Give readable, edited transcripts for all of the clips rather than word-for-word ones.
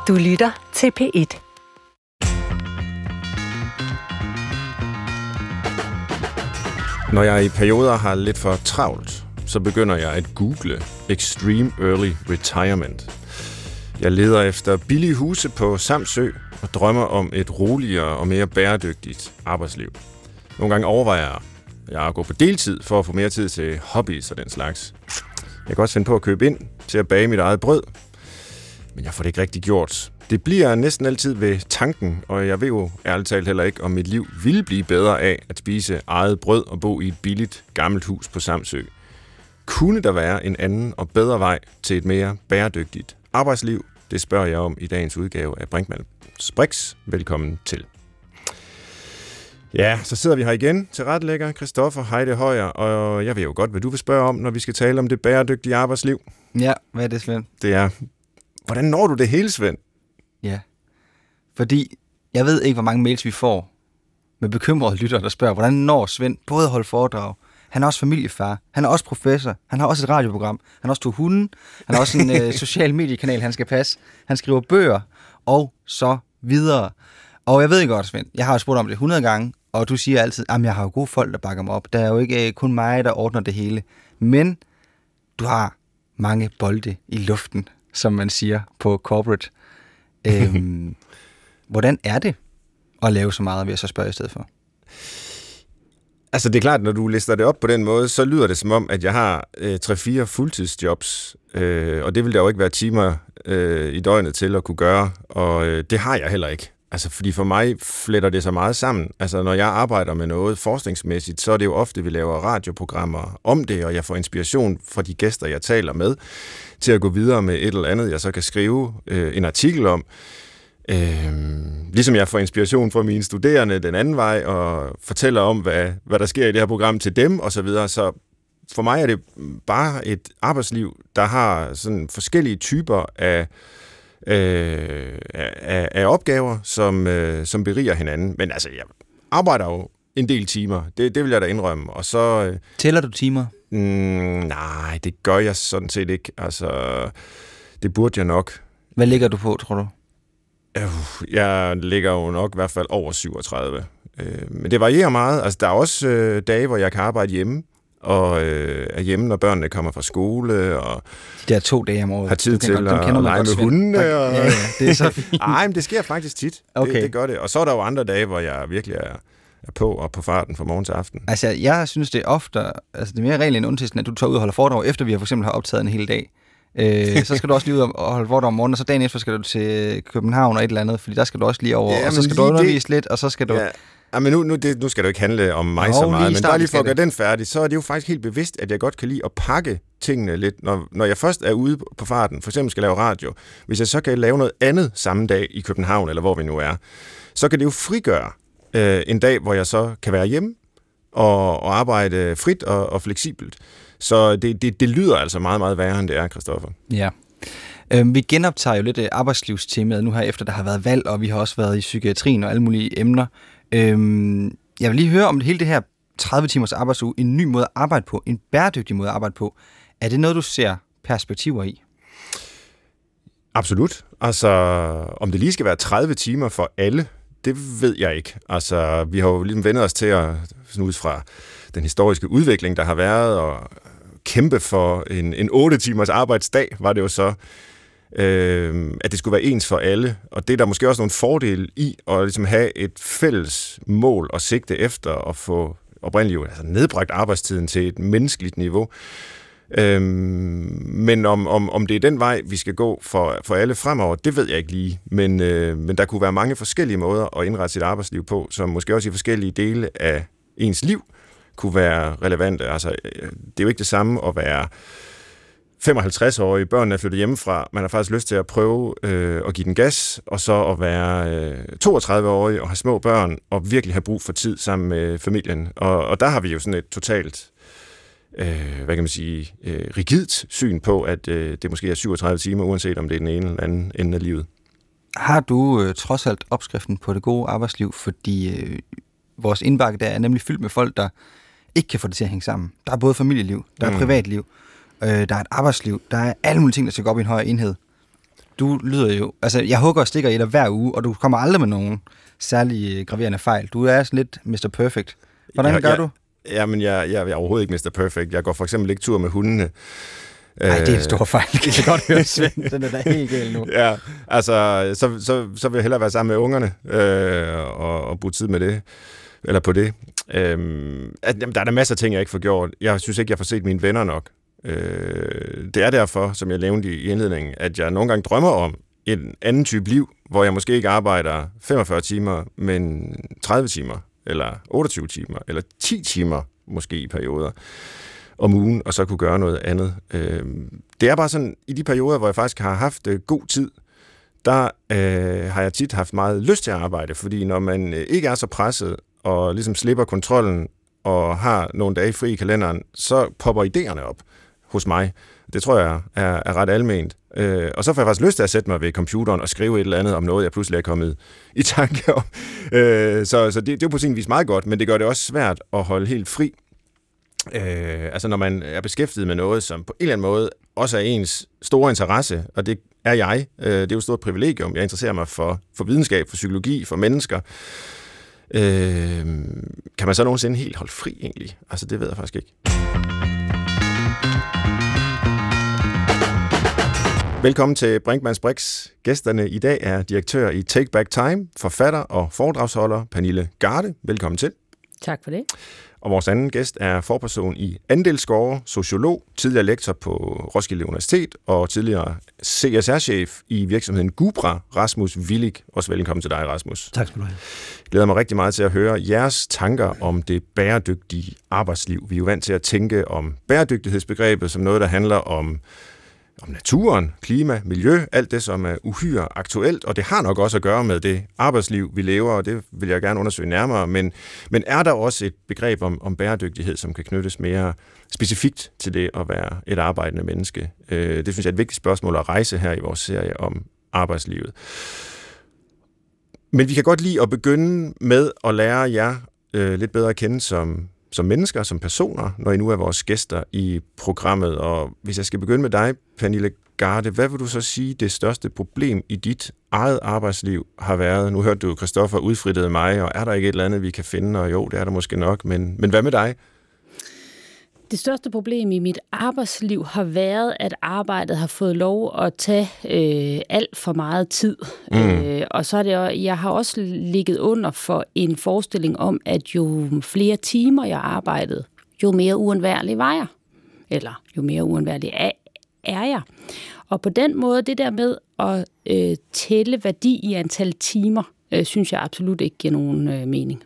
Du lytter til P1. Når jeg i perioder har lidt for travlt, så begynder jeg at google Extreme Early Retirement. Jeg leder efter billige huse på Samsø og drømmer om et roligere og mere bæredygtigt arbejdsliv. Nogle gange overvejer jeg at gå på deltid for at få mere tid til hobbies og den slags. Jeg kan også finde på at købe ind til at bage mit eget brød, men jeg får det ikke rigtig gjort. Det bliver næsten altid ved tanken, og jeg ved jo ærligt talt heller ikke, om mit liv ville blive bedre af at spise eget brød og bo i et billigt, gammelt hus på Samsø. Kunne der være en anden og bedre vej til et mere bæredygtigt arbejdsliv? Det spørger jeg om i dagens udgave af Brinkmanns Brix. Velkommen til. Ja, så sidder vi her igen til retlægger Christoffer Heide Højer, og jeg ved jo godt, hvad du vil spørge om, når vi skal tale om det bæredygtige arbejdsliv. Ja, hvad er det, Svend? Det er, hvordan når du det hele, Svend? Ja, fordi jeg ved ikke, hvor mange mails vi får med bekymrede lyttere, der spørger, hvordan når Svend både at holde foredrag, han er også familiefar, han er også professor, han har også et radioprogram, han har også 2 hunde, han har også en social mediekanal, han skal passe, han skriver bøger, og så videre. Og jeg ved ikke godt, Svend, jeg har jo spurgt om det 100 gange, og du siger altid, at jeg har jo gode folk, der bakker mig op. Der er jo ikke kun mig, der ordner det hele. Men du har mange bolde i luften, som man siger på corporate. Hvordan er det at lave så meget, vil jeg så spørge i stedet for? Altså det er klart, når du lister det op på den måde, så lyder det som om, at jeg har 3-4 fuldtidsjobs, og det vil der jo ikke være timer i døgnet til at kunne gøre, og det har jeg heller ikke. Altså fordi for mig fletter det så meget sammen. Altså når jeg arbejder med noget forskningsmæssigt, så er det jo ofte, vi laver radioprogrammer om det, og jeg får inspiration fra de gæster, jeg taler med, til at gå videre med et eller andet, jeg så kan skrive en artikel om. Ligesom jeg får inspiration fra mine studerende den anden vej, og fortæller om, hvad der sker i det her program til dem, og så videre. Så for mig er det bare et arbejdsliv, der har sådan forskellige typer af opgaver, som beriger hinanden. Men altså, jeg arbejder jo en del timer. Det vil jeg da indrømme. Og så tæller du timer? Nej, det gør jeg sådan set ikke. Altså, det burde jeg nok. Hvad ligger du på, tror du? Jeg ligger jo nok i hvert fald over 37. Men det varierer meget. Altså, der er også dage, hvor jeg kan arbejde hjemme, og er hjemme, når børnene kommer fra skole, og de der 2 dage om året. Har tid til at lege med hundene. Ja, det er så fint. Nej, men det sker faktisk tit. Okay. Det gør det. Og så er der jo andre dage, hvor jeg virkelig er på og på farten fra morgen til aften. Altså, jeg synes, det er ofte, altså det er mere regel end undtagelsen, at du tager ud og holder foredrag, efter vi for eksempel har optaget en hel dag. Så skal du også lige ud og holde foredrag om morgenen, og så dagen efter skal du til København og et eller andet, fordi der skal du også lige over, og så skal du undervise lidt, og så skal du... Ja, men nu skal det jo ikke handle om mig så meget, men bare lige for at gøre den færdig, så er det jo faktisk helt bevidst, at jeg godt kan lide at pakke tingene lidt, når jeg først er ude på farten, for eksempel skal lave radio. Hvis jeg så kan lave noget andet samme dag i København, eller hvor vi nu er, så kan det jo frigøre en dag, hvor jeg så kan være hjemme og arbejde frit og fleksibelt. Så det lyder altså meget, meget værre, end det er, Christoffer. Ja. Vi genoptager jo lidt arbejdslivstemaet nu her, efter der har været valg, og vi har også været i psykiatrien og alle mulige emner. Jeg vil lige høre om hele det her 30 timers arbejdsuge, en ny måde at arbejde på, en bæredygtig måde at arbejde på. Er det noget, du ser perspektiver i? Absolut. Altså, om det lige skal være 30 timer for alle, det ved jeg ikke. Altså, vi har jo ligesom vendt os til at, sådan ud fra den historiske udvikling, der har været, og kæmpe for en 8 timers arbejdsdag, var det jo så, at det skulle være ens for alle. Og det er der måske også nogle fordele i, at ligesom have et fælles mål og sigte efter at få oprindeligt nedbragt arbejdstiden til et menneskeligt niveau. Men om det er den vej, vi skal gå for alle fremover, det ved jeg ikke lige. Men der kunne være mange forskellige måder at indrette sit arbejdsliv på, som måske også i forskellige dele af ens liv kunne være relevante. Altså, det er jo ikke det samme at være 55-årig, børnene er flyttet hjemmefra, man har faktisk lyst til at prøve at give den gas, og så at være 32-årig og have små børn, og virkelig have brug for tid sammen med familien. Og der har vi jo sådan et totalt rigidt syn på, at det måske er 37 timer, uanset om det er den ene eller anden ende af livet. Har du trods alt opskriften på det gode arbejdsliv, fordi vores indbakke der er nemlig fyldt med folk, der ikke kan få det til at hænge sammen. Der er både familieliv, der er privatliv, der er et arbejdsliv, der er alle mulige ting, der skal gå op i en højere enhed. du lyder jo... Altså, jeg hugger og stikker i dig hver uge, og du kommer aldrig med nogen særlige graverende fejl. Du er sådan lidt Mr. Perfect. Hvordan gør du? Jamen, jeg er overhovedet ikke Mr. Perfect. Jeg går for eksempel ikke tur med hundene. Nej, det er en stor fejl. Det kan jeg godt høre, Svend. Den er da helt galt nu. Ja, altså, så vil jeg hellere være sammen med ungerne og bruge tid med det. Eller på det. Jamen, der er der masser af ting, jeg ikke får gjort. Jeg synes ikke, jeg får set mine venner nok. Det er derfor, som jeg nævnte i indledningen, at jeg nogle gange drømmer om en anden type liv, hvor jeg måske ikke arbejder 45 timer, men 30 timer, eller 28 timer, eller 10 timer måske i perioder om ugen, og så kunne gøre noget andet. Det er bare sådan, i de perioder, hvor jeg faktisk har haft god tid, der har jeg tit haft meget lyst til at arbejde, fordi når man ikke er så presset, og ligesom slipper kontrollen, og har nogle dage fri i kalenderen, så popper idéerne op hos mig. Det tror jeg er ret alment. Og så får jeg faktisk lyst til at sætte mig ved computeren og skrive et eller andet om noget, jeg pludselig er kommet i tanke om. Så det er jo på sin vis meget godt, men det gør det også svært at holde helt fri. Altså når man er beskæftiget med noget, som på en eller anden måde også er ens store interesse, og det er jeg. Det er jo et stort privilegium. Jeg interesserer mig for videnskab, for psykologi, for mennesker. Kan man så nogensinde helt holde fri egentlig? Altså det ved jeg faktisk ikke. Velkommen til Brinkmanns Brix. Gæsterne i dag er direktør i Take Back Time, forfatter og foredragsholder Pernille Garde. Velkommen til. Tak for det. Og vores anden gæst er forperson i Andelsgårde, sociolog, tidligere lektor på Roskilde Universitet og tidligere CSR-chef i virksomheden Gubra, Rasmus Willig. Også velkommen til dig, Rasmus. Tak skal du have. Jeg glæder mig rigtig meget til at høre jeres tanker om det bæredygtige arbejdsliv. Vi er jo vant til at tænke om bæredygtighedsbegrebet som noget, der handler om naturen, klima, miljø, alt det, som er uhyre aktuelt, og det har nok også at gøre med det arbejdsliv, vi lever, og det vil jeg gerne undersøge nærmere, men er der også et begreb om bæredygtighed, som kan knyttes mere specifikt til det at være et arbejdende menneske? Det synes jeg er et vigtigt spørgsmål at rejse her i vores serie om arbejdslivet. Men vi kan godt lide at begynde med at lære jer lidt bedre at kende som mennesker, som personer, når I nu er vores gæster i programmet. Og hvis jeg skal begynde med dig, Pernille Garde, hvad vil du så sige, det største problem i dit eget arbejdsliv har været? Nu hørte du, Christoffer udfrittede mig, og er der ikke et eller andet, vi kan finde? Og jo, det er der måske nok, men hvad med dig? Det største problem i mit arbejdsliv har været, at arbejdet har fået lov at tage alt for meget tid. Og så er det, jeg har også ligget under for en forestilling om, at jo flere timer jeg arbejdede, jo mere uundværlig var jeg. Eller jo mere uundværlig er jeg. Og på den måde, det der med at tælle værdi i antal timer, synes jeg absolut ikke giver nogen mening.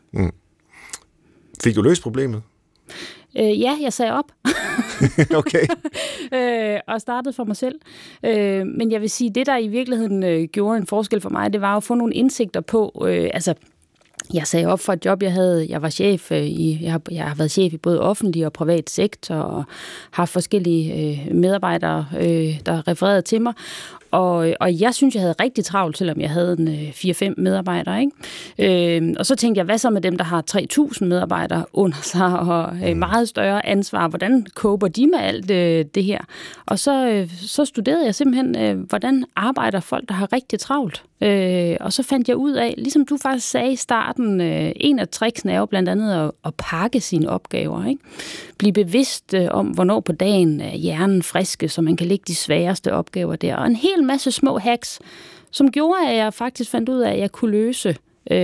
Fik du løst problemet? Ja, jeg sagde op. Okay. Og startede for mig selv. Men jeg vil sige, det der i virkeligheden gjorde en forskel for mig, det var at få nogle indsigter på, jeg sagde op for et job, jeg havde. Jeg var chef jeg har været chef i både offentlig og privat sektor, og har forskellige medarbejdere, der refererede til mig. Og jeg synes, jeg havde rigtig travlt, selvom jeg havde 4-5 medarbejdere. Ikke? Og så tænkte jeg, hvad så med dem, der har 3.000 medarbejdere under sig, og meget større ansvar? Hvordan koper de med alt det her? Og så studerede jeg simpelthen, hvordan arbejder folk, der har rigtig travlt? Og så fandt jeg ud af, ligesom du faktisk sagde i starten, en af tricksene er jo blandt andet at pakke sine opgaver. Ikke? Blive bevidst om, hvornår på dagen er hjernen friske, så man kan lægge de sværeste opgaver der. Og en hel masse små hacks, som gjorde, at jeg faktisk fandt ud af, at jeg kunne løse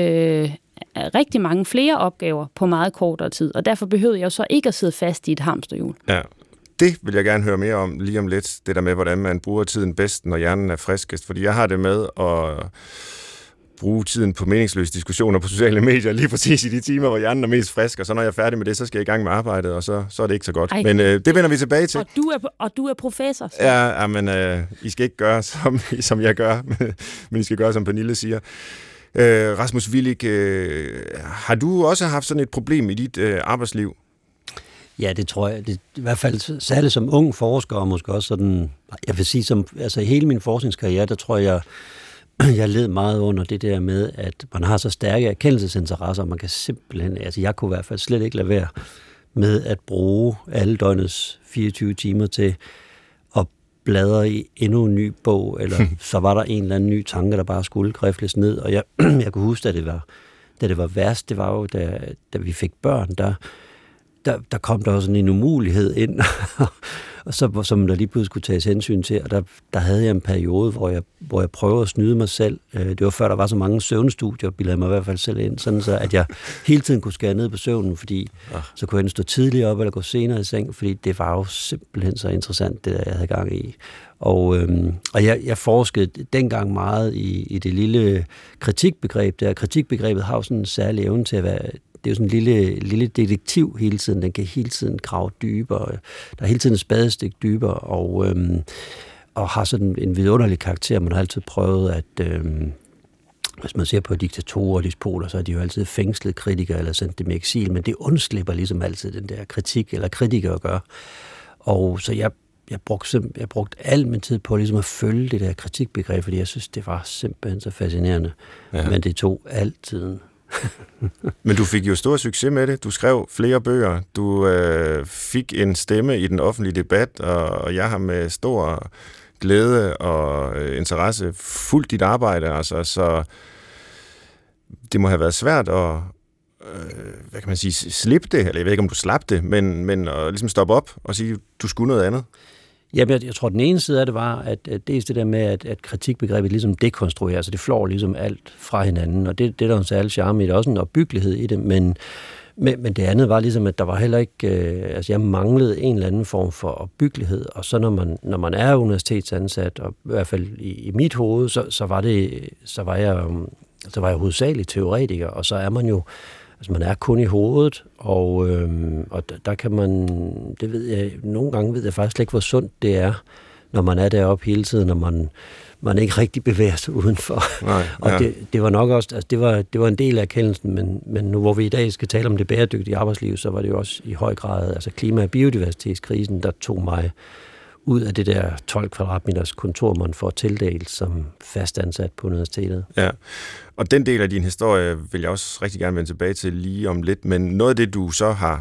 rigtig mange flere opgaver på meget kortere tid. Og derfor behøvede jeg så ikke at sidde fast i et hamsterhjul. Ja. Det vil jeg gerne høre mere om lige om lidt, det der med, hvordan man bruger tiden bedst, når hjernen er friskest. Fordi jeg har det med at bruge tiden på meningsløse diskussioner på sociale medier, lige præcis i de timer, hvor hjernen er mest frisk, og så når jeg er færdig med det, så skal jeg i gang med arbejdet, og så er det ikke så godt. Ej. Men det vender vi tilbage til. Og du er professor. Så. Ja, men I skal ikke gøre, som jeg gør, men I skal gøre, som Pernille siger. Rasmus Willig, har du også haft sådan et problem i dit arbejdsliv? Ja, det tror jeg. Det, i hvert fald særligt som ung forsker, og måske også sådan, jeg vil sige, i hele min forskningskarriere, der tror jeg led meget under det der med, at man har så stærke erkendelsesinteresser, og man kan simpelthen, jeg kunne i hvert fald slet ikke lade være med at bruge alle døgnets 24 timer til at bladre i endnu en ny bog, eller så var der en eller anden ny tanke, der bare skulle grifles ned. Og jeg kunne huske, da det var værst, det var jo, da vi fik børn, der kom der også sådan en umulighed ind, og så, som der lige pludselig skulle tages hensyn til, og der havde jeg en periode, hvor jeg prøvede at snyde mig selv. Det var før, der var så mange søvnstudier, bildede mig i hvert fald selv ind, sådan så, at jeg hele tiden kunne skære ned på søvnen, fordi så kunne jeg enten stå tidligere op, eller gå senere i seng, fordi det var jo simpelthen så interessant, det der, jeg havde gang i. Og jeg forskede dengang meget i det lille kritikbegreb der. Kritikbegrebet har jo sådan en særlig evne til at være, det er jo sådan en lille detektiv hele tiden. Den kan hele tiden grave dybere. Der er hele tiden et spadestik dybere, og har sådan en vidunderlig karakter. Man har altid prøvet at, hvis man ser på diktatorer og despoter, så er de jo altid fængslet kritikere eller sendt dem i eksil, men det undslipper ligesom altid den der kritik eller kritiker at gøre. Og så jeg brugte al min tid på ligesom at følge det der kritikbegreb, fordi jeg synes, det var simpelthen så fascinerende. Ja. Men det tog altid. Men du fik jo stor succes med det. Du skrev flere bøger. Du fik en stemme i den offentlige debat, og jeg har med stor glæde og interesse fulgt dit arbejde. Altså, så det må have været svært at hvad kan man sige, slippe det, eller jeg ved ikke, om du slap det, men at ligesom stoppe op og sige, du skulle noget andet. Jamen, jeg tror, den ene side af det var, at det er det der med, at kritikbegrebet ligesom dekonstruerer, så det flår ligesom alt fra hinanden, og det er der jo en særlig charme i det, også en opbyggelighed i det, men det andet var ligesom, at der var heller ikke, altså jeg manglede en eller anden form for opbyggelighed, og så når man er universitetsansat, og i hvert fald i mit hoved, så var jeg hovedsageligt teoretiker, og så er man jo, altså man er kun i hovedet, og der kan man, det ved jeg, nogle gange ved jeg faktisk slet ikke, hvor sundt det er, når man er deroppe hele tiden, når man ikke rigtig bevæger sig udenfor. Nej, ja. Og det var nok også, altså det var en del af erkendelsen, men nu hvor vi i dag skal tale om det bæredygtige arbejdsliv, så var det jo også i høj grad, altså klima- og biodiversitetskrisen, der tog mig ud af det der 12 kvadratmeters kontor, man får tildelt som fastansat på universitetet. Ja, og den del af din historie vil jeg også rigtig gerne vende tilbage til lige om lidt, men noget af det, du så har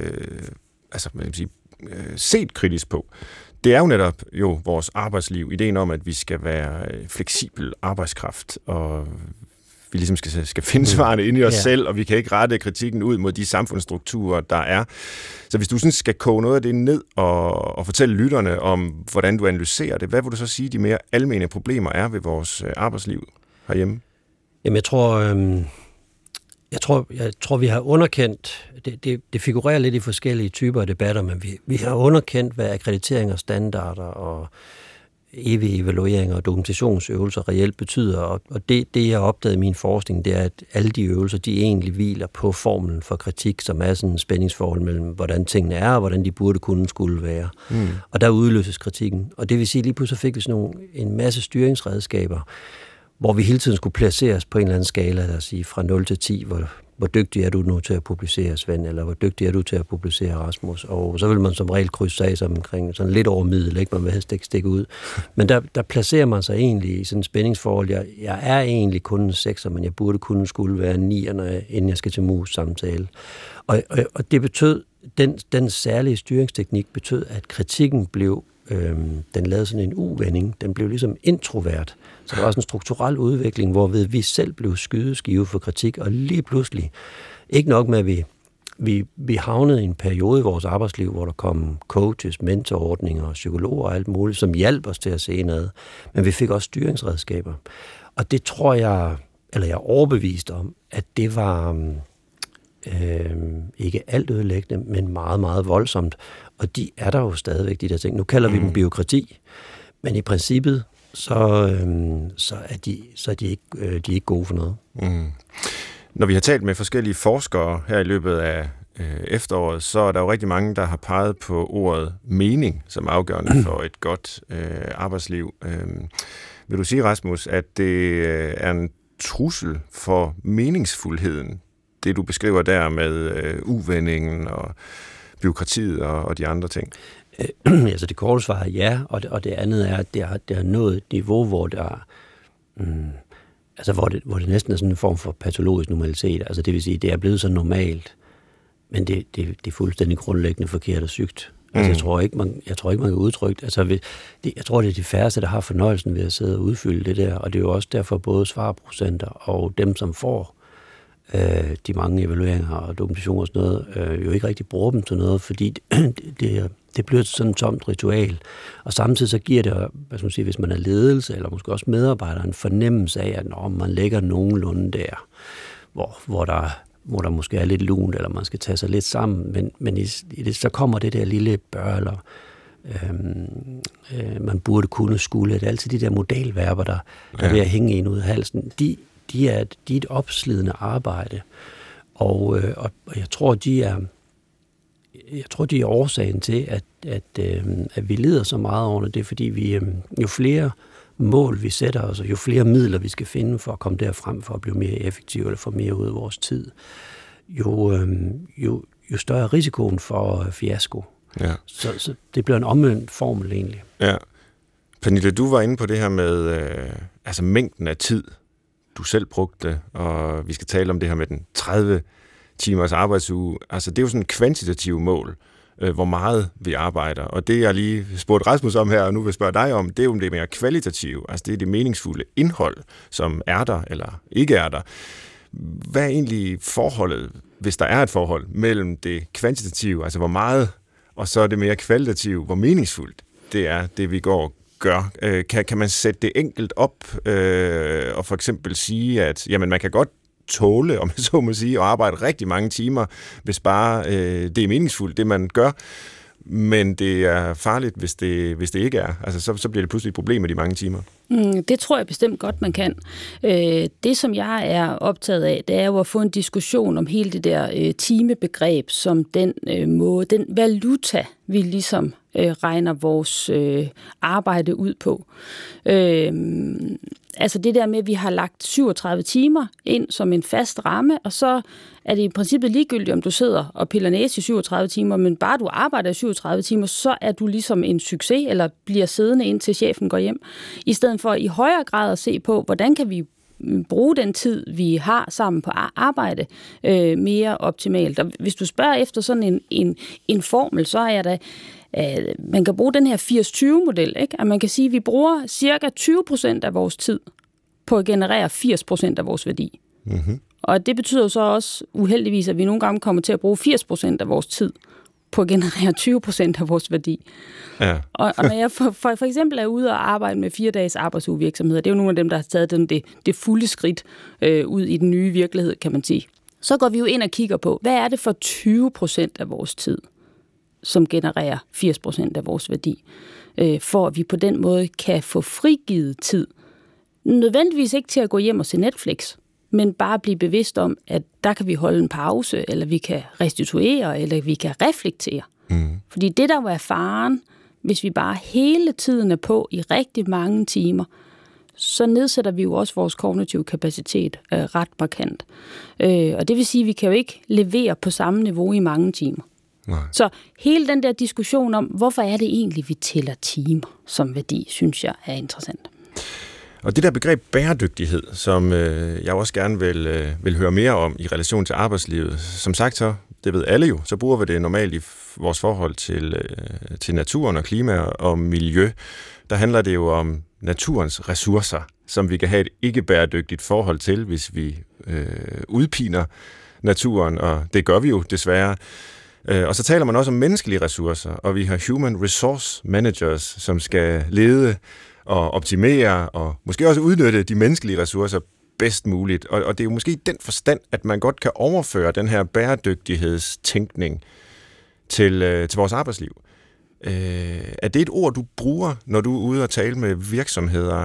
set kritisk på, det er jo netop vores arbejdsliv, ideen om, at vi skal være fleksibel arbejdskraft, og vi ligesom skal finde svarene inde i os selv, og vi kan ikke rette kritikken ud mod de samfundsstrukturer, der er. Så hvis du sådan skal koge noget af det ned og fortælle lytterne om, hvordan du analyserer det, hvad vil du så sige, de mere almene problemer er ved vores arbejdsliv herhjemme? Jamen, jeg tror, vi har underkendt, det figurerer lidt i forskellige typer af debatter, men vi har underkendt, hvad akkreditering og standarder og evige evalueringer og dokumentationsøvelser reelt betyder, og det jeg har opdaget i min forskning, det er, at alle de øvelser, de egentlig hviler på formlen for kritik, som er sådan en spændingsforhold mellem, hvordan tingene er, og hvordan de skulle være. Og der udløses kritikken. Og det vil sige, lige pludselig fik vi sådan en masse styringsredskaber, hvor vi hele tiden skulle placeres på en eller anden skala, der sige fra 0 til 10, hvor dygtig er du nu til at publicere, Svend, eller hvor dygtig er du til at publicere, Rasmus? Og så vil man som regel krydse af sig omkring sådan lidt over middel, ikke? Man vil helst ikke stikke ud. Men der placerer man sig egentlig i sådan et spændingsforhold. Jeg er egentlig kun en 6'er, men jeg burde skulle være en 9'er, inden jeg skal til mus-samtale. Og det betød, den særlige styringsteknik betød, at kritikken blev, den lavede sådan en uvending. Den blev ligesom introvert. Så der var også en strukturel udvikling, hvorved vi selv blev skydeskive for kritik, og lige pludselig, ikke nok med, at vi havnede i en periode i vores arbejdsliv, hvor der kom coaches, mentorordninger, psykologer og alt muligt, som hjalp os til at se noget, men vi fik også styringsredskaber. Og det tror jeg, eller jeg er overbevist om, at det var ikke alt ødelæggende, men meget, meget voldsomt. Og de er der jo stadigvæk, de der ting. Nu kalder vi dem bureaukrati, men i princippet, så er de ikke gode for noget. Når vi har talt med forskellige forskere her i løbet af efteråret, så er der jo rigtig mange, der har peget på ordet mening som afgørende for et godt arbejdsliv. Vil du sige, Rasmus, at det er en trussel for meningsfuldheden, det du beskriver der med uvendingen og bureaukratiet og de andre ting? Altså det korte svar er ja, og det andet er, at det har nået et niveau, hvor der hvor det næsten er sådan en form for patologisk normalitet. Altså det vil sige, det er blevet så normalt, men det er fuldstændig grundlæggende forkert og sygt. Altså, jeg tror ikke, man kan udtrykke det. Altså, jeg tror, det er de færreste, der har fornøjelsen ved at sidde og udfylde det der, og det er jo også derfor både svarprocenter og dem, som får de mange evalueringer og dokumentationer og sådan noget, jo ikke rigtig bruger dem til noget, fordi det bliver sådan et tomt ritual. Og samtidig så giver det, hvad skal man sige, hvis man er ledelse, eller måske også medarbejder, en fornemmelse af, at når man lægger nogenlunde der, hvor der måske er lidt lunt, eller man skal tage sig lidt sammen, men i det, så kommer det der lille bør, eller man burde kunne skulle. Det er altid de der modalverber, der er ved at hænge en ud af halsen. De er et opslidende arbejde, og jeg tror, de er årsagen til, at vi lider så meget over det, fordi vi jo flere mål vi sætter os, og jo flere midler vi skal finde for at komme derfrem, for at blive mere effektive eller få mere ud af vores tid, jo større er risikoen for fiasko. Ja. Så det bliver en omvendt formel egentlig. Ja. Pernille, du var inde på det her med mængden af tid, du selv brugte, og vi skal tale om det her med den 30 timers arbejdsuge. Altså, det er jo sådan et kvantitativt mål, hvor meget vi arbejder. Og det, jeg lige spurgte Rasmus om her, og nu vil jeg spørge dig om, det er jo det mere kvalitative. Altså, det er det meningsfulde indhold, som er der eller ikke er der. Hvad er egentlig forholdet, hvis der er et forhold, mellem det kvantitative, altså hvor meget, og så det mere kvalitative, hvor meningsfuldt det er, det vi går og gør? Kan man sætte det enkelt op og for eksempel sige, at jamen, man kan godt tåle, om jeg så må sige, og arbejde rigtig mange timer, hvis bare det er meningsfuldt, det man gør, men det er farligt, hvis det ikke er. Altså, så bliver det pludselig et problem med de mange timer. Det tror jeg bestemt godt, man kan. Det, som jeg er optaget af, det er jo at få en diskussion om hele det der timebegreb, som den valuta, vi ligesom regner vores arbejde ud på. Altså det der med, at vi har lagt 37 timer ind som en fast ramme, og så er det i princippet ligegyldigt, om du sidder og piller næse i 37 timer, men bare du arbejder i 37 timer, så er du ligesom en succes, eller bliver siddende indtil chefen går hjem. I stedet for i højere grad at se på, hvordan kan vi bruge den tid, vi har sammen på arbejde, mere optimalt. Og hvis du spørger efter sådan en formel, så er der man kan bruge den her 80-20-model, ikke? At man kan sige, at vi bruger cirka 20% af vores tid på at generere 80% af vores værdi. Mm-hmm. Og det betyder så også uheldigvis, at vi nogle gange kommer til at bruge 80% af vores tid på at generere 20% af vores værdi. Ja. og når jeg for eksempel er ude og arbejde med 4 dages arbejdsugevirksomheder, det er jo nogle af dem, der har taget det fulde skridt ud i den nye virkelighed, kan man sige. Så går vi jo ind og kigger på, hvad er det for 20% af vores tid, som genererer 80% af vores værdi, for at vi på den måde kan få frigivet tid. Nødvendigvis ikke til at gå hjem og se Netflix, men bare blive bevidst om, at der kan vi holde en pause, eller vi kan restituere, eller vi kan reflektere. Mm. Fordi det, der var faren, hvis vi bare hele tiden er på i rigtig mange timer, så nedsætter vi jo også vores kognitive kapacitet ret markant. Og det vil sige, at vi kan jo ikke levere på samme niveau i mange timer. Nej. Så hele den der diskussion om, hvorfor er det egentlig, vi tæller timer som værdi, synes jeg er interessant. Og det der begreb bæredygtighed, som jeg også gerne vil høre mere om i relation til arbejdslivet, som sagt så, det ved alle jo, så bruger vi det normalt i vores forhold til naturen og klima og miljø. Der handler det jo om naturens ressourcer, som vi kan have et ikke bæredygtigt forhold til, hvis vi udpiner naturen, og det gør vi jo desværre. Og så taler man også om menneskelige ressourcer, og vi har human resource managers, som skal lede og optimere og måske også udnytte de menneskelige ressourcer bedst muligt. Og det er jo måske den forstand, at man godt kan overføre den her bæredygtighedstænkning til vores arbejdsliv. Er det et ord, du bruger, når du er ude og tale med virksomheder,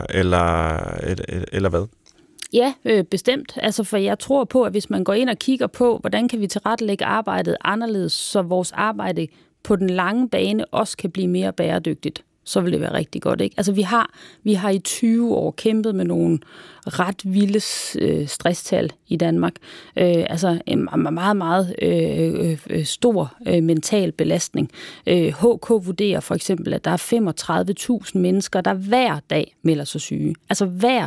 eller hvad? Ja, bestemt. Altså, for jeg tror på, at hvis man går ind og kigger på, hvordan kan vi tilrettelægge arbejdet anderledes, så vores arbejde på den lange bane også kan blive mere bæredygtigt, så vil det være rigtig godt, ikke? Altså, vi har i 20 år kæmpet med nogle ret vilde stresstal i Danmark. Altså en meget, meget stor mental belastning. HK vurderer for eksempel, at der er 35.000 mennesker, der hver dag melder sig syge. Altså hver dag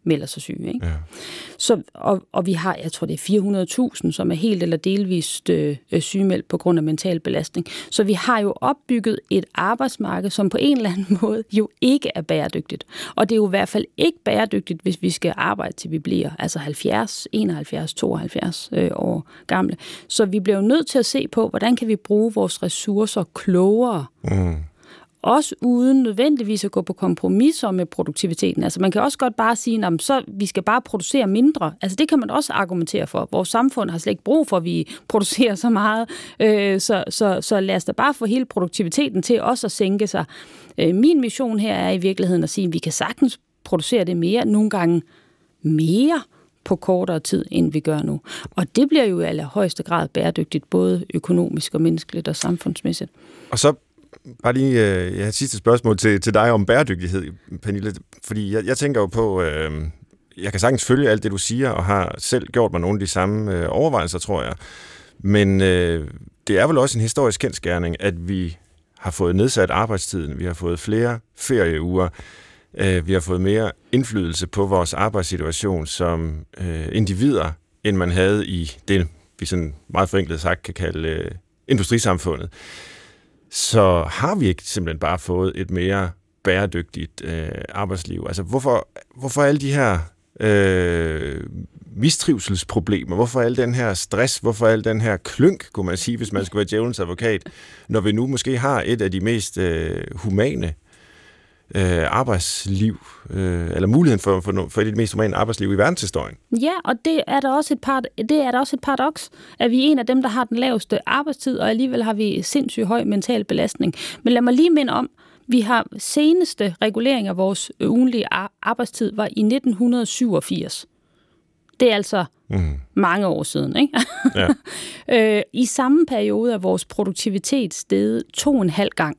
melder sig syge. Ikke? Ja. Så, og vi har, jeg tror det er 400.000, som er helt eller delvist sygemeldt på grund af mental belastning. Så vi har jo opbygget et arbejdsmarked, som på en eller anden måde jo ikke er bæredygtigt. Og det er jo i hvert fald ikke bæredygtigt, hvis vi skal arbejde til vi bliver altså 70, 71, 72 år gamle. Så vi bliver jo nødt til at se på, hvordan kan vi bruge vores ressourcer klogere. Også uden nødvendigvis at gå på kompromiser med produktiviteten. Altså man kan også godt bare sige, at så vi skal bare producere mindre. Altså det kan man også argumentere for. Vores samfund har slet ikke brug for, at vi producerer så meget. Så lad os da bare få hele produktiviteten til også at sænke sig. Min mission her er i virkeligheden at sige, at vi kan sagtens producere det mere, nogle gange mere på kortere tid, end vi gør nu. Og det bliver jo i allerhøjeste grad bæredygtigt, både økonomisk og menneskeligt og samfundsmæssigt. Og så bare lige jeg har et sidste spørgsmål til dig om bæredygtighed, Pernille. Fordi jeg tænker jo på, jeg kan sagtens følge alt det, du siger, og har selv gjort mig nogle af de samme overvejelser, tror jeg. Men det er vel også en historisk kendsgerning, at vi har fået nedsat arbejdstiden, vi har fået flere ferieuger, vi har fået mere indflydelse på vores arbejdssituation som individer, end man havde i det, vi sådan meget forenklet sagt kan kalde industrisamfundet. Så har vi ikke simpelthen bare fået et mere bæredygtigt arbejdsliv? Altså hvorfor alle de her mistrivselsproblemer, hvorfor al den her stress, hvorfor al den her klynk, kunne man sige, hvis man skulle være djævelens advokat, når vi nu måske har et af de mest humane arbejdsliv, eller muligheden for et af de mest humane arbejdsliv i verdenshistorien. Ja, og det er der også et paradoks, at vi er en af dem, der har den laveste arbejdstid, og alligevel har vi sindssygt høj mental belastning. Men lad mig lige minde om, vi har seneste regulering af vores ugentlige arbejdstid var i 1987. Det er altså mange år siden, ikke? Ja. I samme periode er vores produktivitet steget 2,5 gang.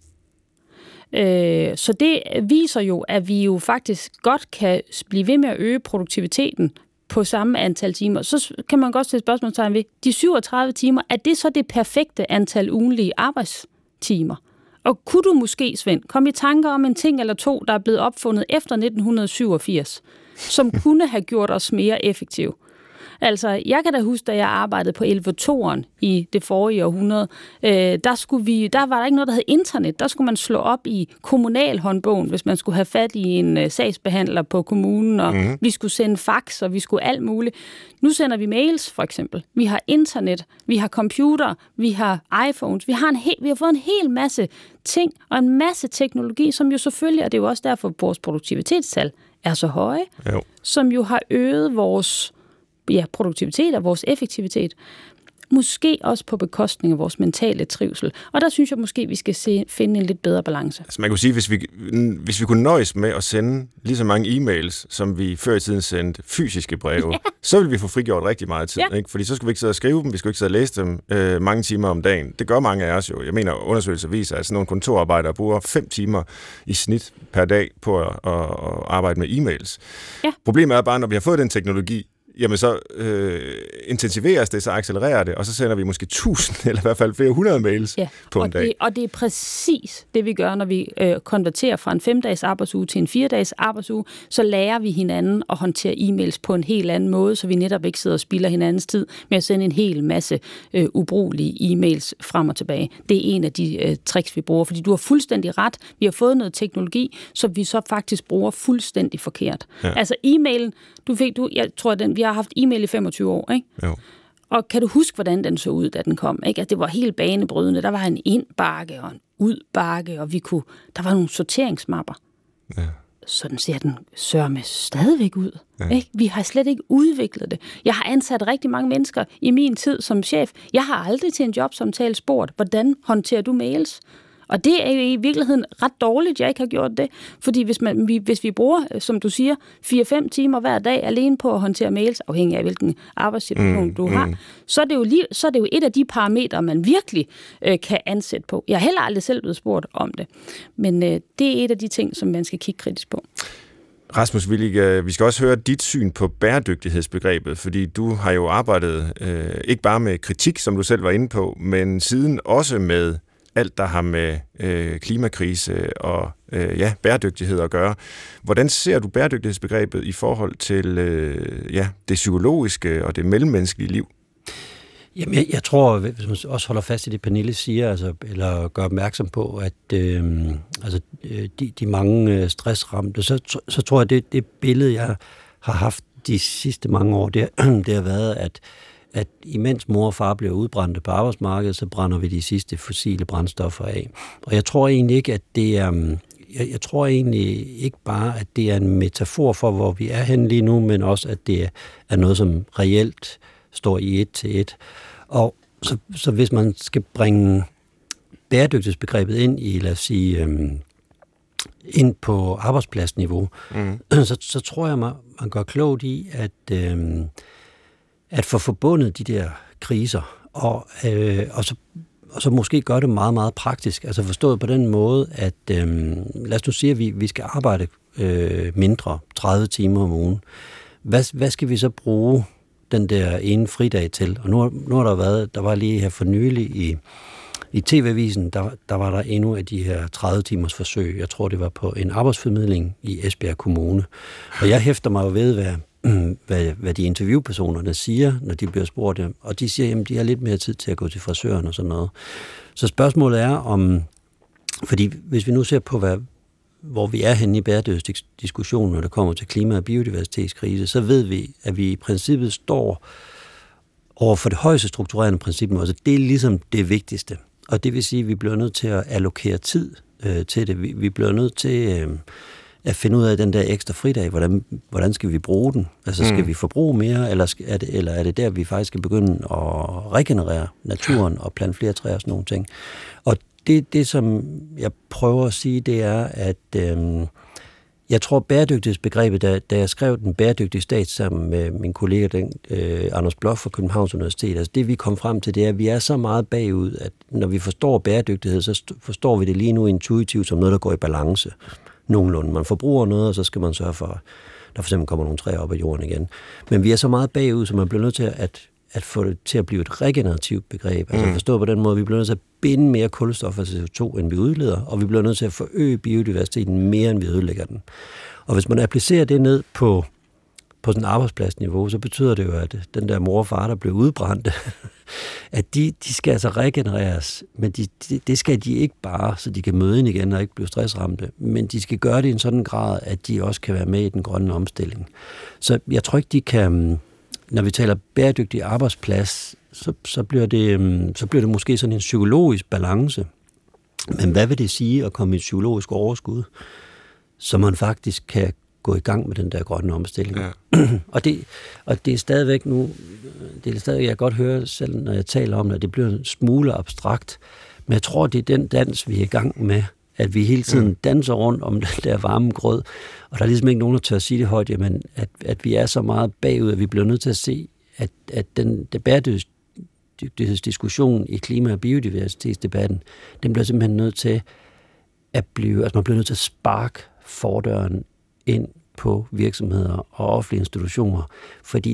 Så det viser jo, at vi jo faktisk godt kan blive ved med at øge produktiviteten på samme antal timer. Så kan man godt stille spørgsmålstegn ved, de 37 timer, er det så det perfekte antal ugentlige arbejdstimer? Og kunne du måske, Svend, komme i tanker om en ting eller to, der er blevet opfundet efter 1987, som kunne have gjort os mere effektive? Altså, jeg kan da huske, da jeg arbejdede på Elevatoren i det forrige århundrede, der var der ikke noget, der hed internet. Der skulle man slå op i kommunalhåndbogen, hvis man skulle have fat i en sagsbehandler på kommunen, og vi skulle sende fax, og vi skulle alt muligt. Nu sender vi mails, for eksempel. Vi har internet, vi har computer, vi har iPhones, vi har fået en hel masse ting, og en masse teknologi, som jo selvfølgelig, og det er jo også derfor, at vores produktivitetstal er så høje, som jo har øget vores produktivitet og vores effektivitet. Måske også på bekostning af vores mentale trivsel. Og der synes jeg måske, vi skal finde en lidt bedre balance. Altså man kunne sige, hvis vi kunne nøjes med at sende lige så mange e-mails, som vi før i tiden sendte fysiske breve, så ville vi få frigjort rigtig meget tid. Ikke? Fordi så skulle vi ikke sidde og skrive dem, vi skulle ikke sidde og læse dem mange timer om dagen. Det gør mange af os jo. Jeg mener, undersøgelser viser, at sådan nogle kontorarbejdere bruger 5 timer i snit per dag på at arbejde med e-mails. Ja. Problemet er bare, når vi har fået den teknologi, jamen så intensiveres det, så accelererer det, og så sender vi måske 1000 eller i hvert fald flere 100 mails på en dag. Og det er præcis det, vi gør, når vi konverterer fra en 5-dages arbejdsuge til en 4-dages arbejdsuge, så lærer vi hinanden at håndtere e-mails på en helt anden måde, så vi netop ikke sidder og spilder hinandens tid med at sende en hel masse ubrugelige e-mails frem og tilbage. Det er en af de tricks, vi bruger, fordi du har fuldstændig ret. Vi har fået noget teknologi, som vi så faktisk bruger fuldstændig forkert. Ja. Altså e-mailen, jeg tror, vi har haft e-mail i 25 år, ikke? Jo. Og kan du huske, hvordan den så ud, da den kom? Ikke? Altså, det var helt banebrydende. Der var en indbakke og en udbakke, og der var nogle sorteringsmapper. Ja. Sådan ser den sørme stadigvæk ud. Ja. Ikke? Vi har slet ikke udviklet det. Jeg har ansat rigtig mange mennesker i min tid som chef. Jeg har aldrig til en jobsamtale spurgt, hvordan håndterer du mails? Og det er jo i virkeligheden ret dårligt, jeg ikke har gjort det. Fordi hvis vi bruger, som du siger, 4-5 timer hver dag alene på at håndtere mails, afhængig af hvilken arbejdssituation du har, så er det jo et af de parametre, man virkelig kan ansætte på. Jeg har heller aldrig selv blevet spurgt om det. Men det er et af de ting, som man skal kigge kritisk på. Rasmus Willig, vi skal også høre dit syn på bæredygtighedsbegrebet, fordi du har jo arbejdet ikke bare med kritik, som du selv var inde på, men siden også med alt, der har med klimakrise og bæredygtighed at gøre. Hvordan ser du bæredygtighedsbegrebet i forhold til det psykologiske og det mellemmenneskelige liv? Jamen, jeg tror, hvis man også holder fast i det, Pernille siger, eller gør opmærksom på, at de mange stressramte, så tror jeg, det billede, jeg har haft de sidste mange år, det har været, at imens mor og far bliver udbrændte på arbejdsmarkedet, så brænder vi de sidste fossile brændstoffer af. Og jeg tror egentlig ikke, at det er... Jeg tror egentlig ikke bare, at det er en metafor for, hvor vi er henne lige nu, men også, at det er noget, som reelt står i et til et. Og så hvis man skal bringe bæredygtighedsbegrebet ind i, lad os sige, ind på arbejdspladsniveau, så tror jeg, man gør klogt i, at få forbundet de der kriser, og så måske gøre det meget, meget praktisk. Altså forstået på den måde, at lad os nu sige, at vi skal arbejde mindre, 30 timer om ugen. Hvad skal vi så bruge den der ene fridag til? Og nu har der var lige her for nylig i TV-avisen, der var der endnu af de her 30 timers forsøg. Jeg tror, det var på en arbejdsformidling i Esbjerg Kommune. Og jeg hæfter mig jo ved, hvad de interviewpersonerne siger, når de bliver spurgt, og de siger, at de har lidt mere tid til at gå til frisøren og sådan noget. Så spørgsmålet er om, fordi hvis vi nu ser på, hvor vi er henne i bæredygtighedsdiskussionen, når det kommer til klima- og biodiversitetskrise, så ved vi, at vi i princippet står over for det højeste strukturerende princip. Altså det er ligesom det vigtigste. Og det vil sige, at vi bliver nødt til at allokere tid til det. Vi bliver nødt til at finde ud af den der ekstra fridag, hvordan skal vi bruge den? Altså skal vi forbruge mere, eller er det der, vi faktisk skal begynde at regenerere naturen og plante flere træer og sådan nogle ting? Og det som jeg prøver at sige, det er, at jeg tror bæredygtighedsbegrebet, da jeg skrev Den bæredygtige stat sammen med min kollega Anders Bloch fra Københavns Universitet, altså det vi kom frem til, det er, at vi er så meget bagud, at når vi forstår bæredygtighed, så forstår vi det lige nu intuitivt som noget, der går i balance. Nogenlunde. Man forbruger noget, og så skal man sørge for, at der for eksempel kommer nogle træer op af jorden igen. Men vi er så meget bagud, så man bliver nødt til at få det til at blive et regenerativt begreb. Altså forstå på den måde, at vi bliver nødt til at binde mere kulstof og CO2, end vi udleder, og vi bliver nødt til at forøge biodiversiteten mere, end vi ødelægger den. Og hvis man applicerer det ned på sådan et arbejdspladsniveau, så betyder det jo, at den der mor og far, der blev udbrændte, at de skal altså regenereres, men det skal de ikke bare, så de kan møde ind igen og ikke blive stressramte, men de skal gøre det i en sådan grad, at de også kan være med i den grønne omstilling. Så jeg tror ikke, de kan, når vi taler bæredygtig arbejdsplads, så bliver det måske sådan en psykologisk balance. Men hvad vil det sige at komme i et psykologisk overskud, så man faktisk kan gå i gang med den der grønne omstilling. Ja. og det er stadigvæk nu, det er stadig, jeg kan godt høre selv, når jeg taler om det, at det bliver en smule abstrakt, men jeg tror, det er den dans, vi er i gang med, at vi hele tiden danser rundt om den der varme grød, og der er ligesom ikke nogen, der tør at sige det højt, jamen, at vi er så meget bagud, at vi bliver nødt til at se, at den bæredygtighedsdiskussion i klima- og biodiversitetsdebatten, den bliver simpelthen nødt til at blive, altså man bliver nødt til at sparke fordøren ind på virksomheder og offentlige institutioner, fordi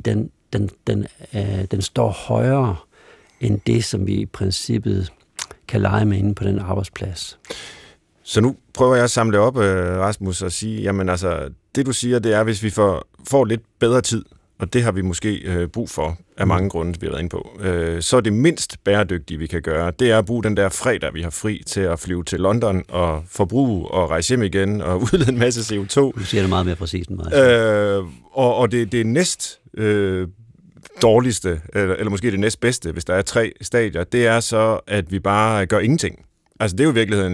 den står højere end det, som vi i princippet kan lege med inde på den arbejdsplads. Så nu prøver jeg at samle op, Rasmus, og sige, jamen altså, det du siger, det er, hvis vi får lidt bedre tid, og det har vi måske brug for af mange grunde, vi har været inde på, så er det mindst bæredygtige, vi kan gøre, det er at bruge den der fredag, vi har fri til at flyve til London og forbruge og rejse hjem igen og udlede en masse CO2. Du siger det meget mere præcist end mig. Og det næst dårligste, eller måske det næstbedste, hvis der er 3 stadier, det er så, at vi bare gør ingenting. Altså det er jo i virkeligheden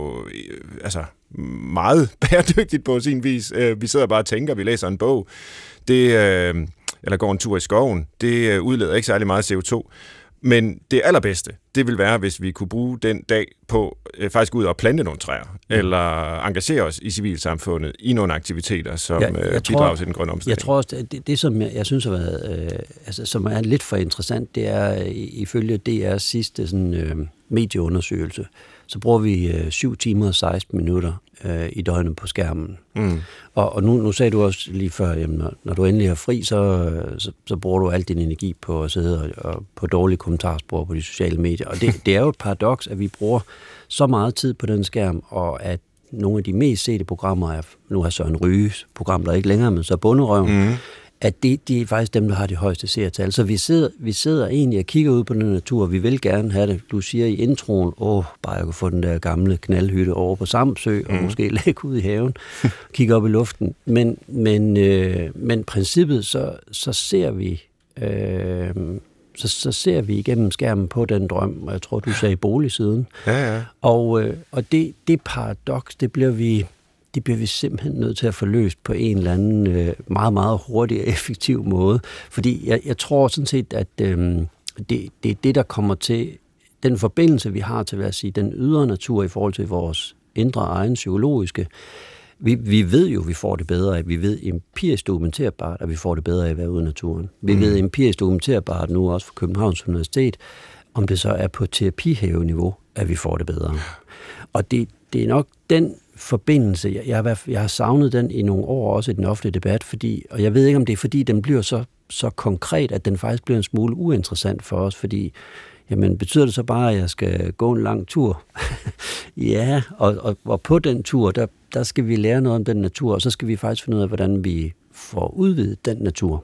meget bæredygtigt på sin vis. Vi sidder bare og tænker, vi læser en bog, eller går en tur i skoven, det udleder ikke særlig meget CO2. Men det allerbedste, det vil være, hvis vi kunne bruge den dag på faktisk ud og plante nogle træer, eller engagere os i civilsamfundet i nogle aktiviteter, som bidrager til den grønne omstilling. Jeg tror også, det som jeg synes har været, som er lidt for interessant, det er ifølge DR's sidste sådan, medieundersøgelse, så bruger vi 7 timer og 16 minutter i døgnet på skærmen. Og nu sagde du også lige før, jamen, når du endelig har fri, så bruger du al din energi på at sidde og på dårlige kommentarspor på de sociale medier. Og det er jo et paradoks, at vi bruger så meget tid på den skærm, og at nogle af de mest sete programmer er, nu har Søren Ryges program, der ikke længere, men så Bonderøven, at de er faktisk dem, der har de højeste seertal. Så vi sidder egentlig og kigger ud på den natur, vi vil gerne have det. Du siger i introen, bare jeg kunne få den der gamle knaldhytte over på Samsø, og måske lægge ud i haven, kigge op i luften. Men princippet, så ser vi... Så ser vi igennem skærmen på den drøm, og jeg tror, du sagde boligsiden. Ja. Og det paradoks, det bliver vi simpelthen nødt til at få løst på en eller anden meget, meget hurtig og effektiv måde. Fordi jeg tror sådan set, at det er det, der kommer til, den forbindelse, vi har til, hvad jeg siger, den ydre natur i forhold til vores indre egen psykologiske. Vi ved jo, at vi får det bedre af. Vi ved empirisk dokumenterbart, at vi får det bedre af at være ude i naturen. Vi ved empirisk dokumenterbart nu også fra Københavns Universitet, om det så er på terapihæveniveau, at vi får det bedre. Og det er nok den forbindelse, jeg har savnet den i nogle år også i den offentlige debat, og jeg ved ikke, om det er, fordi den bliver så konkret, at den faktisk bliver en smule uinteressant for os, fordi jamen, betyder det så bare, at jeg skal gå en lang tur? Ja, og på den tur, der skal vi lære noget om den natur, og så skal vi faktisk finde ud af, hvordan vi får udvidet den natur.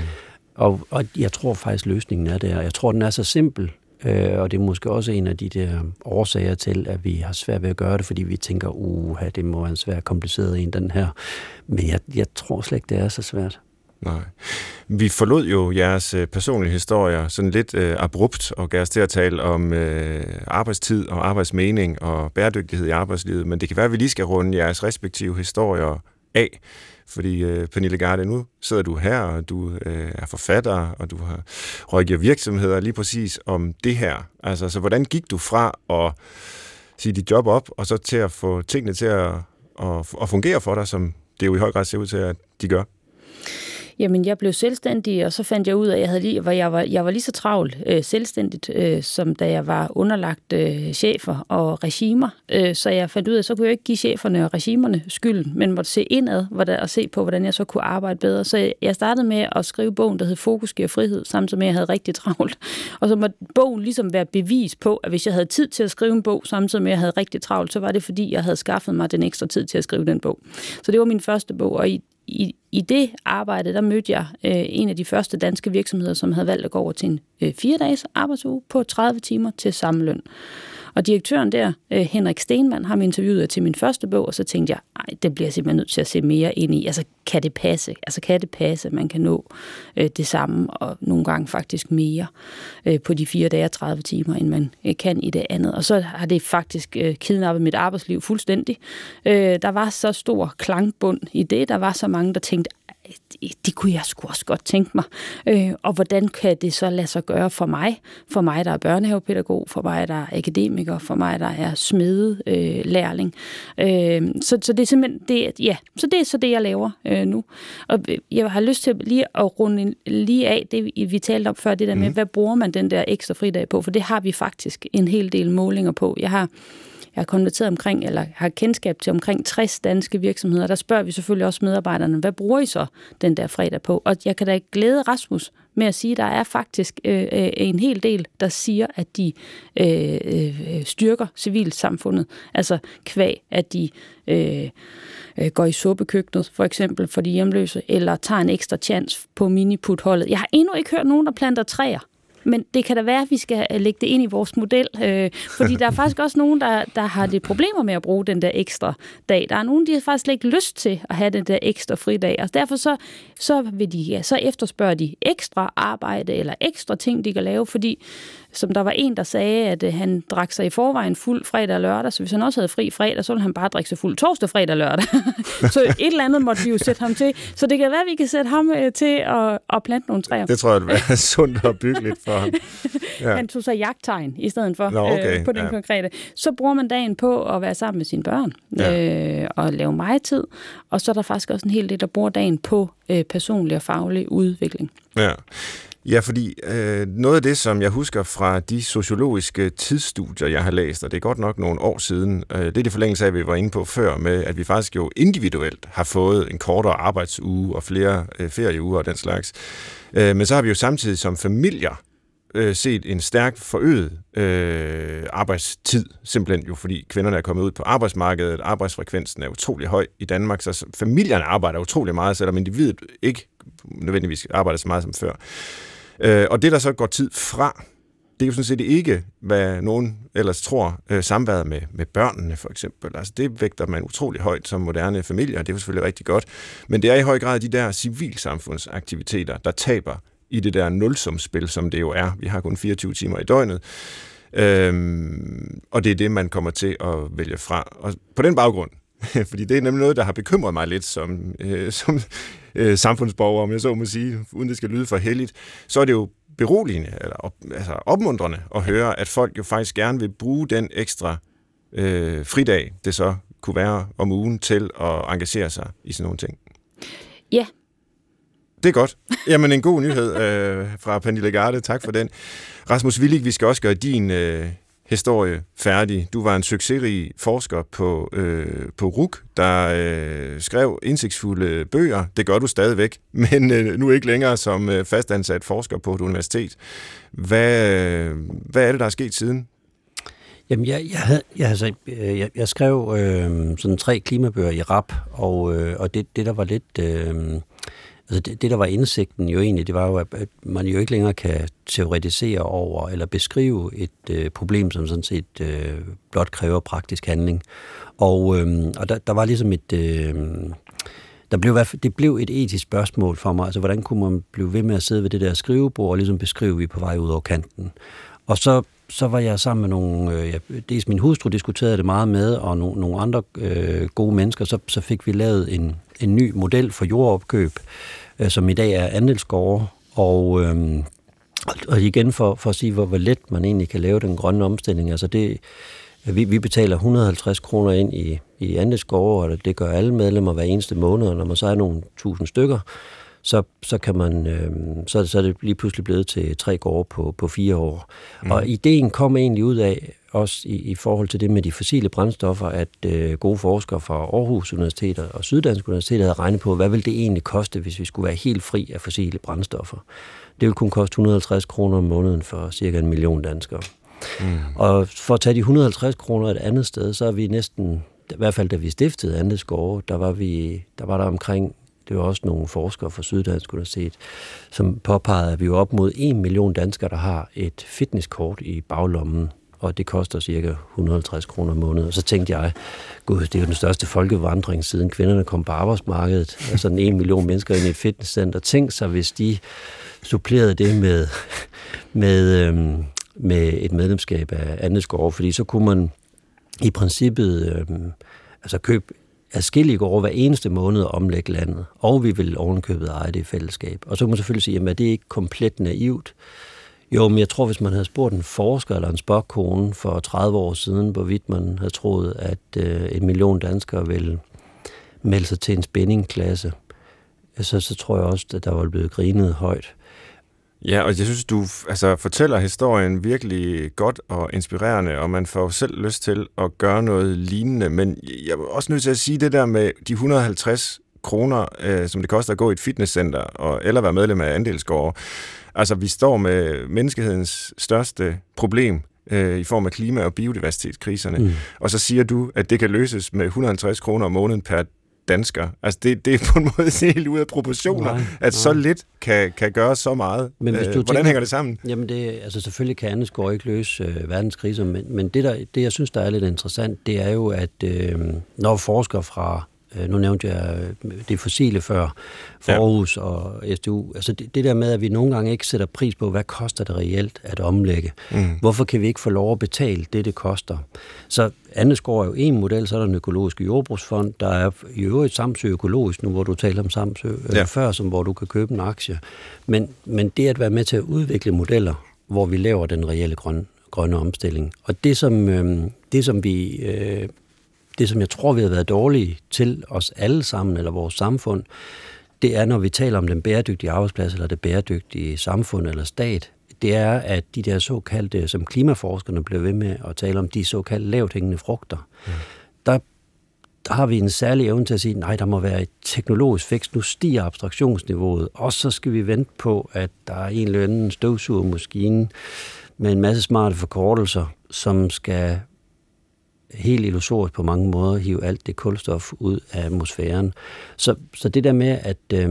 Og jeg tror faktisk, løsningen er der. Jeg tror, den er så simpel, og det er måske også en af de der årsager til, at vi har svært ved at gøre det, fordi vi tænker, det må være en svær kompliceret en, den her. Men jeg tror slet ikke, det er så svært. Nej. Vi forlod jo jeres personlige historier sådan lidt abrupt og gav os til at tale om arbejdstid og arbejdsmening og bæredygtighed i arbejdslivet, men det kan være, at vi lige skal runde jeres respektive historier af, fordi Pernille Garde, nu sidder du her, og du er forfatter, og du har rådgiver virksomheder lige præcis om det her. Altså, så hvordan gik du fra at sige dit job op, og så til at få tingene til at fungere for dig, som det jo i høj grad ser ud til, at de gør? Jamen, jeg blev selvstændig, og så fandt jeg ud af, at jeg var lige så travlt selvstændigt, som da jeg var underlagt chefer og regimer. Så jeg fandt ud af, at så kunne jeg ikke give cheferne og regimerne skylden, men måtte se indad og se på, hvordan jeg så kunne arbejde bedre. Så jeg startede med at skrive bogen, der hed Fokus giver frihed, samtidig med, at jeg havde rigtig travlt. Og så måtte bogen ligesom være bevis på, at hvis jeg havde tid til at skrive en bog, samtidig med, at jeg havde rigtig travlt, så var det, fordi jeg havde skaffet mig den ekstra tid til at skrive den bog. Så det var min første bog, og i det arbejde, der mødte jeg en af de første danske virksomheder, som havde valgt at gå over til en 4-dages arbejdsuge på 30 timer til samme løn. Og direktøren der, Henrik Stenmann, har mig interviewet til min første bog, og så tænkte jeg, det bliver jeg simpelthen nødt til at se mere ind i. Altså, kan det passe? At man kan nå det samme, og nogle gange faktisk mere på de 4 dage og 30 timer, end man kan i det andet. Og så har det faktisk kidnappet mit arbejdsliv fuldstændig. Der var så stor klangbund i det. Der var så mange, der tænkte, det kunne jeg sgu også godt tænke mig. Og hvordan kan det så lade sig gøre for mig? For mig, der er børnehavepædagog, for mig, der er akademiker, for mig, der er smedelærling. Så det er simpelthen så det er så det, jeg laver nu. Og jeg har lyst til lige at runde lige af det, vi talte om før, det der med, hvad bruger man den der ekstra fridag på? For det har vi faktisk en hel del målinger på. Jeg har konverteret omkring, eller har kendskab til omkring 60 danske virksomheder. Der spørger vi selvfølgelig også medarbejderne, hvad bruger I så den der fredag på? Og jeg kan da glæde Rasmus med at sige, at der er faktisk en hel del, der siger, at de styrker civilsamfundet. Altså kvæg, at de går i suppekøkkenet, for eksempel for de hjemløse, eller tager en ekstra chance på miniputholdet. Jeg har endnu ikke hørt nogen, der planter træer. Men det kan da være, at vi skal lægge det ind i vores model, fordi der er faktisk også nogen, der har lidt problemer med at bruge den der ekstra dag. Der er nogen, der har faktisk ikke lyst til at have den der ekstra fridag, og derfor så efterspørger de ekstra arbejde eller ekstra ting, de kan lave, fordi som der var en, der sagde, at han drak sig i forvejen fuld fredag og lørdag, så hvis han også havde fri fredag, så ville han bare drikke sig fuld torsdag, fredag og lørdag. Så et eller andet måtte vi jo sætte ham til. Så det kan være, at vi kan sætte ham til at plante nogle træer. Det tror jeg, det vil være sundt og byggeligt for ham. Ja. Han tog sig jagttegn i stedet for på den konkrete. Så bruger man dagen på at være sammen med sine børn og lave meget tid. Og så er der faktisk også en hel del, der bruger dagen på personlig og faglig udvikling. Ja. Ja, fordi noget af det, som jeg husker fra de sociologiske tidsstudier, jeg har læst, og det er godt nok nogle år siden, det er det forlængelse af, vi var inde på før, med at vi faktisk jo individuelt har fået en kortere arbejdsuge og flere ferieuger og den slags. Men så har vi jo samtidig som familier set en stærkt forøget arbejdstid, simpelthen jo fordi kvinderne er kommet ud på arbejdsmarkedet, arbejdsfrekvensen er utrolig høj i Danmark, så familierne arbejder utrolig meget, selvom individet ikke nødvendigvis arbejder så meget som før. Og det, der så går tid fra, det er jo sådan set ikke, hvad nogen ellers tror, samværet med børnene for eksempel. Altså det vægter man utrolig højt som moderne familier, det er jo selvfølgelig rigtig godt, men det er i høj grad de der civilsamfundsaktiviteter, der taber i det der nulsumsspil, som det jo er. Vi har kun 24 timer i døgnet, og det er det, man kommer til at vælge fra. Og på den baggrund, fordi det er nemlig noget, der har bekymret mig lidt som samfundsborger, om jeg så må sige, uden det skal lyde for heldigt, så er det jo beroligende, eller opmuntrende at høre, at folk jo faktisk gerne vil bruge den ekstra fridag, det så kunne være om ugen, til at engagere sig i sådan nogle ting. Ja. Det er godt. Jamen, en god nyhed fra Pernille Garde. Tak for den. Rasmus Willig, vi skal også gøre din historie færdig. Du var en succesrig forsker på RUC, der skrev indsigtsfulde bøger. Det gør du stadigvæk, men nu ikke længere som fastansat forsker på et universitet. Hvad er det, der er sket siden? Jamen, jeg skrev sådan 3 klimabøger i rap, og det der var lidt... det, der var indsigten jo egentlig, det var jo, at man jo ikke længere kan teoretisere over eller beskrive et problem, som sådan set blot kræver praktisk handling. Og der var ligesom det blev et etisk spørgsmål for mig. Altså, hvordan kunne man blive ved med at sidde ved det der skrivebord og ligesom beskrive, vi er på vej ud over kanten? Og så var jeg sammen med nogle, dels min hustru diskuterede det meget med, og nogle andre gode mennesker, så fik vi lavet en ny model for jordopkøb, som i dag er andelsgårde, og igen for at sige, hvor let man egentlig kan lave den grønne omstilling. Altså vi betaler 150 kroner ind i andelsgårde, og det gør alle medlemmer hver eneste måned, og når man så er nogle 1000 stykker, så kan man, så er det lige pludselig blevet til 3 gårde på 4 år. Og ideen kom egentlig ud af, også i forhold til det med de fossile brændstoffer, at gode forskere fra Aarhus Universitet og Syddansk Universitet havde regnet på, hvad ville det egentlig koste, hvis vi skulle være helt fri af fossile brændstoffer. Det ville kun koste 150 kroner om måneden for cirka 1 million danskere. Og for at tage de 150 kroner et andet sted, så er vi næsten, i hvert fald da vi stiftede Andelsgårde, der var der omkring, det var også nogle forskere fra Syddansk Universitet, som påpegede, at vi er op mod 1 million danskere, der har et fitnesskort i baglommen, og det koster cirka 150 kroner om måneden. Og så tænkte jeg, gud, det er jo den største folkevandring, siden kvinderne kom på arbejdsmarkedet. Altså 1 million mennesker ind i et fitnesscenter. Tænk sig, hvis de supplerede det med et medlemskab af andelsgårde, fordi så kunne man i princippet købe adskillige gårde hver eneste måned og omlægge landet, og vi vil ovenkøbet eje det i fællesskab. Og så kan man selvfølgelig sige, at det er ikke komplet naivt. Jo, men jeg tror, hvis man havde spurgt en forsker eller en spørgkone for 30 år siden, hvorvidt man havde troet, at 1 million danskere ville melde sig til en spændingklasse, så tror jeg også, at der var blevet grinet højt. Ja, og jeg synes, du fortæller historien virkelig godt og inspirerende, og man får selv lyst til at gøre noget lignende. Men jeg er også nødt til at sige det der med de 150 kroner, som det koster at gå i et fitnesscenter eller være medlem af andelsgårde. Altså, vi står med menneskehedens største problem i form af klima- og biodiversitetskriserne. Og så siger du, at det kan løses med 150 kroner om måneden per dansker. Altså, det er på en måde helt ude af proportioner, så lidt kan gøre så meget. Men hvordan hænger det sammen? Jamen, selvfølgelig kan andelsgårde ikke løse verdens kriser, men det, jeg synes, der er lidt interessant, det er jo, at når forskere fra nu nævnte jeg det fossile før, for Aarhus og SDU. Altså det der med, at vi nogle gange ikke sætter pris på, hvad koster det reelt at omlægge. Hvorfor kan vi ikke få lov at betale det koster? Så andelsgård er jo en model, så er der en økologisk jordbrugsfond, der er i øvrigt Samsø økologisk, nu hvor du taler om Samsø før, som hvor du kan købe en aktie. Men det at være med til at udvikle modeller, hvor vi laver den reelle grønne omstilling. Og det som jeg tror, vi har været dårlige til os alle sammen, eller vores samfund, det er, når vi taler om den bæredygtige arbejdsplads, eller det bæredygtige samfund eller stat, det er, at de der såkaldte, som klimaforskerne blev ved med at tale om, de såkaldte lavt hængende frugter, der har vi en særlig evne til at sige, nej, der må være et teknologisk fix, nu stiger abstraktionsniveauet, og så skal vi vente på, at der er en eller anden støvsugermaskine med en masse smarte forkortelser, som skal helt illusorisk på mange måder hive alt det kulstof ud af atmosfæren. Så det der med,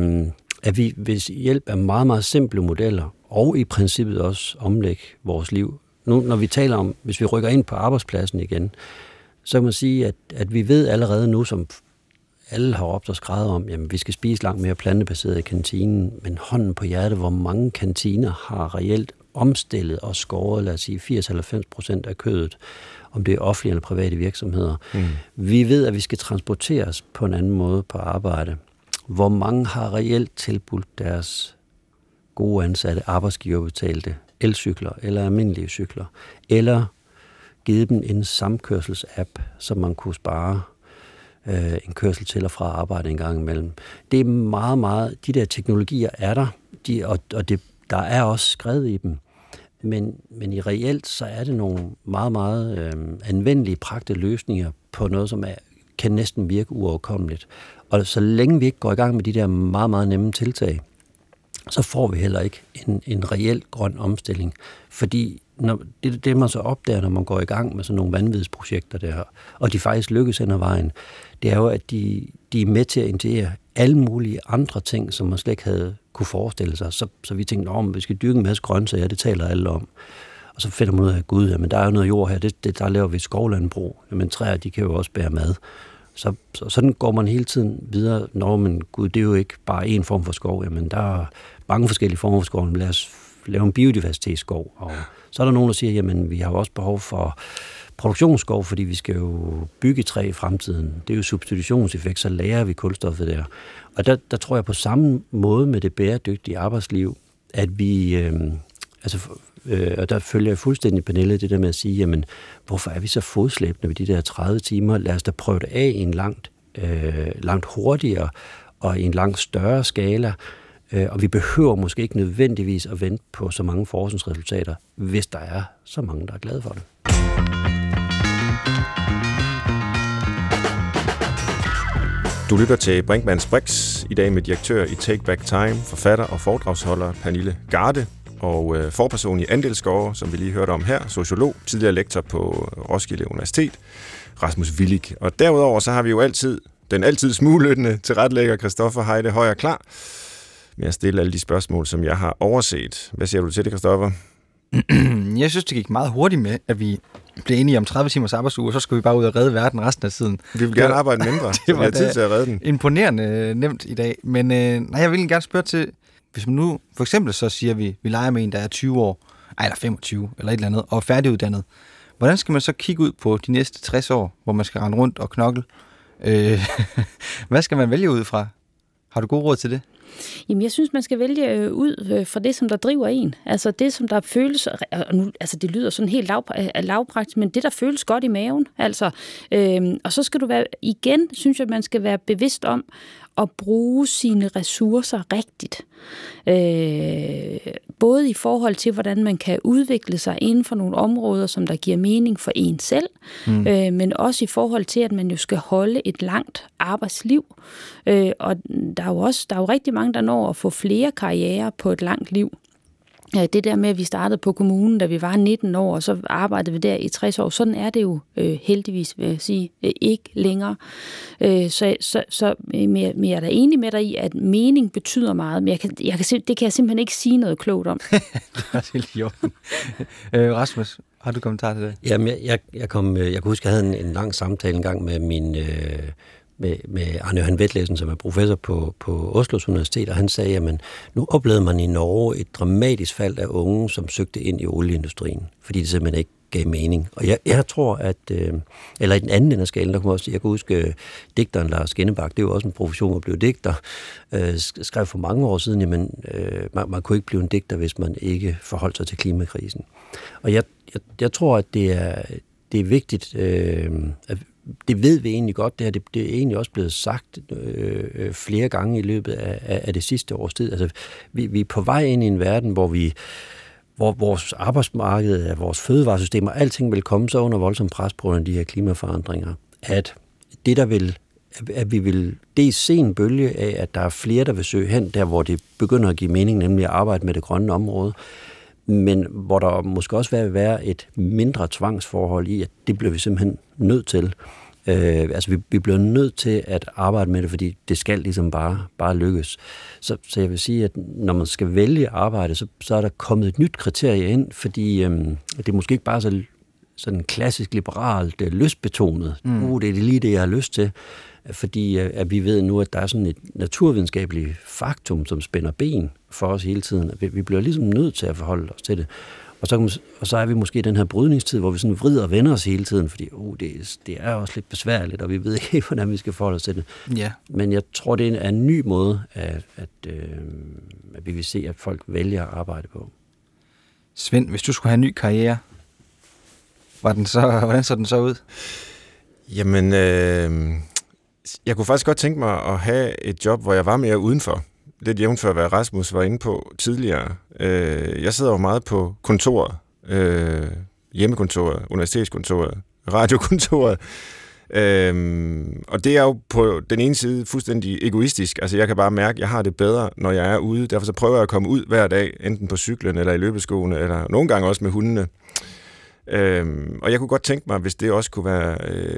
at vi ved hjælp af meget, meget simple modeller, og i princippet også omlægge vores liv. Nu, når vi taler om, hvis vi rykker ind på arbejdspladsen igen, så kan man sige, at vi ved allerede nu, som alle har råbt og skreget om, jamen vi skal spise langt mere plantebaseret i kantinen, men hånden på hjertet, hvor mange kantiner har reelt omstillet og skåret, lad os sige 80-90% af kødet, om det er offentlige eller private virksomheder. Vi ved, at vi skal transporteres på en anden måde på arbejde. Hvor mange har reelt tilbudt deres gode ansatte arbejdsgiverbetalte elcykler eller almindelige cykler, eller givet dem en samkørselsapp, så man kunne spare en kørsel til og fra arbejde en gang imellem. Det er meget, meget, de der teknologier er der, der er også skrevet i dem, men i reelt så er det nogle meget, meget anvendelige, praktiske løsninger på noget, som kan næsten virke uoverkommeligt. Og så længe vi ikke går i gang med de der meget, meget nemme tiltag, så får vi heller ikke en reel grøn omstilling. Fordi det man så opdager, når man går i gang med sådan nogle vanvidsprojekter der, og de faktisk lykkes hen ad vejen, det er jo, at de er med til at integrere alle mulige andre ting, som man slet ikke havde kunne forestille sig. Så vi tænkte, at vi skal dyrke en masse grøntsager, det taler alle om. Og så finder man ud af, gud, jamen der er jo noget jord her, der laver vi et skovlandbrug. Jamen træer, de kan jo også bære mad. Så sådan går man hele tiden videre. Men gud, det er jo ikke bare én form for skov. Jamen der er mange forskellige former for skov. Lad os lave en biodiversitetsskov. Og så er der nogen, der siger, jamen vi har jo også behov for produktionsskov, fordi vi skal jo bygge træ i fremtiden. Det er jo substitutionseffekt, så lærer vi kulstoffet der. Og der tror jeg på samme måde med det bæredygtige arbejdsliv, at vi, og der følger jeg fuldstændig panelet det der med at sige, jamen hvorfor er vi så fodslæbende ved de der 30 timer? Lad os da prøve det af i en langt hurtigere og i en langt større skala. Og vi behøver måske ikke nødvendigvis at vente på så mange forskningsresultater, hvis der er så mange, der er glade for det. Du lytter til Brinkmanns Brix, i dag med direktør i Take Back Time, forfatter og foredragsholder Pernille Garde, og forperson i Andelsgårde, som vi lige hørte om her, sociolog, tidligere lektor på Roskilde Universitet, Rasmus Willig. Og derudover så har vi jo den altid smuglyttende tilrettelægger Christoffer Heide Højer klar med at stille alle de spørgsmål, som jeg har overset. Hvad siger du til det, Christoffer? Jeg synes, det gik meget hurtigt med, at vi blev enige om 30 timers arbejdsuge, og så skal vi bare ud og redde verden resten af tiden. Vi vil gerne arbejde mindre, så vi har tid til at redde den. Imponerende nemt i dag. Men jeg vil gerne spørge til, hvis man nu for eksempel så siger, vi leger med en, der er 20 år, eller 25, eller et eller andet, og er færdiguddannet. Hvordan skal man så kigge ud på de næste 60 år, hvor man skal rende rundt og knokle? Hvad skal man vælge ud fra? Har du god råd til det? Jamen, jeg synes, man skal vælge ud fra det, som der driver en. Altså det, som der føles, altså det lyder sådan helt lavpraktisk, men det, der føles godt i maven. Altså, og så skal du synes jeg, man skal være bevidst om at bruge sine ressourcer rigtigt. Både i forhold til, hvordan man kan udvikle sig inden for nogle områder, som der giver mening for en selv, men også i forhold til, at man jo skal holde et langt arbejdsliv. Og der er jo rigtig mange, der når at få flere karrierer på et langt liv. Det der med, at vi startede på kommunen, da vi var 19 år, og så arbejdede vi der i 60 år. Sådan er det jo heldigvis, vil jeg sige, ikke længere. Så jeg er da enig med dig i, at mening betyder meget, men det kan jeg simpelthen ikke sige noget klogt om. Det er helt jo. Rasmus, har du kommentar til det? Jamen, jeg kan huske, at jeg havde en lang samtale engang med min... med Arne Johan Vetlesen, som er professor på Oslos Universitet, og han sagde, at nu oplevede man i Norge et dramatisk fald af unge, som søgte ind i olieindustrien, fordi det simpelthen ikke gav mening. Og jeg tror, at... eller i den anden ende af skalen, der kunne også... Jeg kan huske, digteren Lars Skinnebak, det er jo også en profession at blive digter, skrev for mange år siden, jamen, man kunne ikke blive en digter, hvis man ikke forholdt sig til klimakrisen. Og jeg tror, at det er vigtigt, at det ved vi egentlig godt. Det er egentlig også blevet sagt flere gange i løbet af det sidste års tid. Altså, vi er på vej ind i en verden, hvor vores arbejdsmarked, vores fødevaresystemer, alting vil komme så under voldsom pres på grund af de her klimaforandringer. At vi vil dels se en bølge af, at der er flere, der vil søge hen, der hvor det begynder at give mening, nemlig at arbejde med det grønne område, men hvor der måske også vil være et mindre tvangsforhold i, at det bliver vi simpelthen nødt til. Vi bliver nødt til at arbejde med det, fordi det skal ligesom bare lykkes. Så jeg vil sige, at når man skal vælge arbejde, så er der kommet et nyt kriterie ind, fordi det er måske ikke bare sådan klassisk liberalt lystbetonet. Det er lige det, jeg har lyst til. Fordi at vi ved nu, at der er sådan et naturvidenskabeligt faktum, som spænder ben for os hele tiden. Vi bliver ligesom nødt til at forholde os til det. Og så er vi måske i den her brydningstid, hvor vi sådan vrider og vender os hele tiden, fordi det er også lidt besværligt, og vi ved ikke, hvordan vi skal forholde os til det. Ja. Men jeg tror, det er en ny måde, at vi vil se, at folk vælger at arbejde på. Svend, hvis du skulle have en ny karriere, hvordan så den så ud? Jamen, jeg kunne faktisk godt tænke mig at have et job, hvor jeg var mere udenfor. Lidt jævnfør, hvad Rasmus var inde på tidligere. Jeg sidder jo meget på kontoret, hjemmekontoret, universitetskontoret, radiokontoret. Og det er jo på den ene side fuldstændig egoistisk. Altså jeg kan bare mærke, at jeg har det bedre, når jeg er ude. Derfor så prøver jeg at komme ud hver dag, enten på cyklen eller i løbeskoene, eller nogle gange også med hundene. Og jeg kunne godt tænke mig, hvis det også kunne være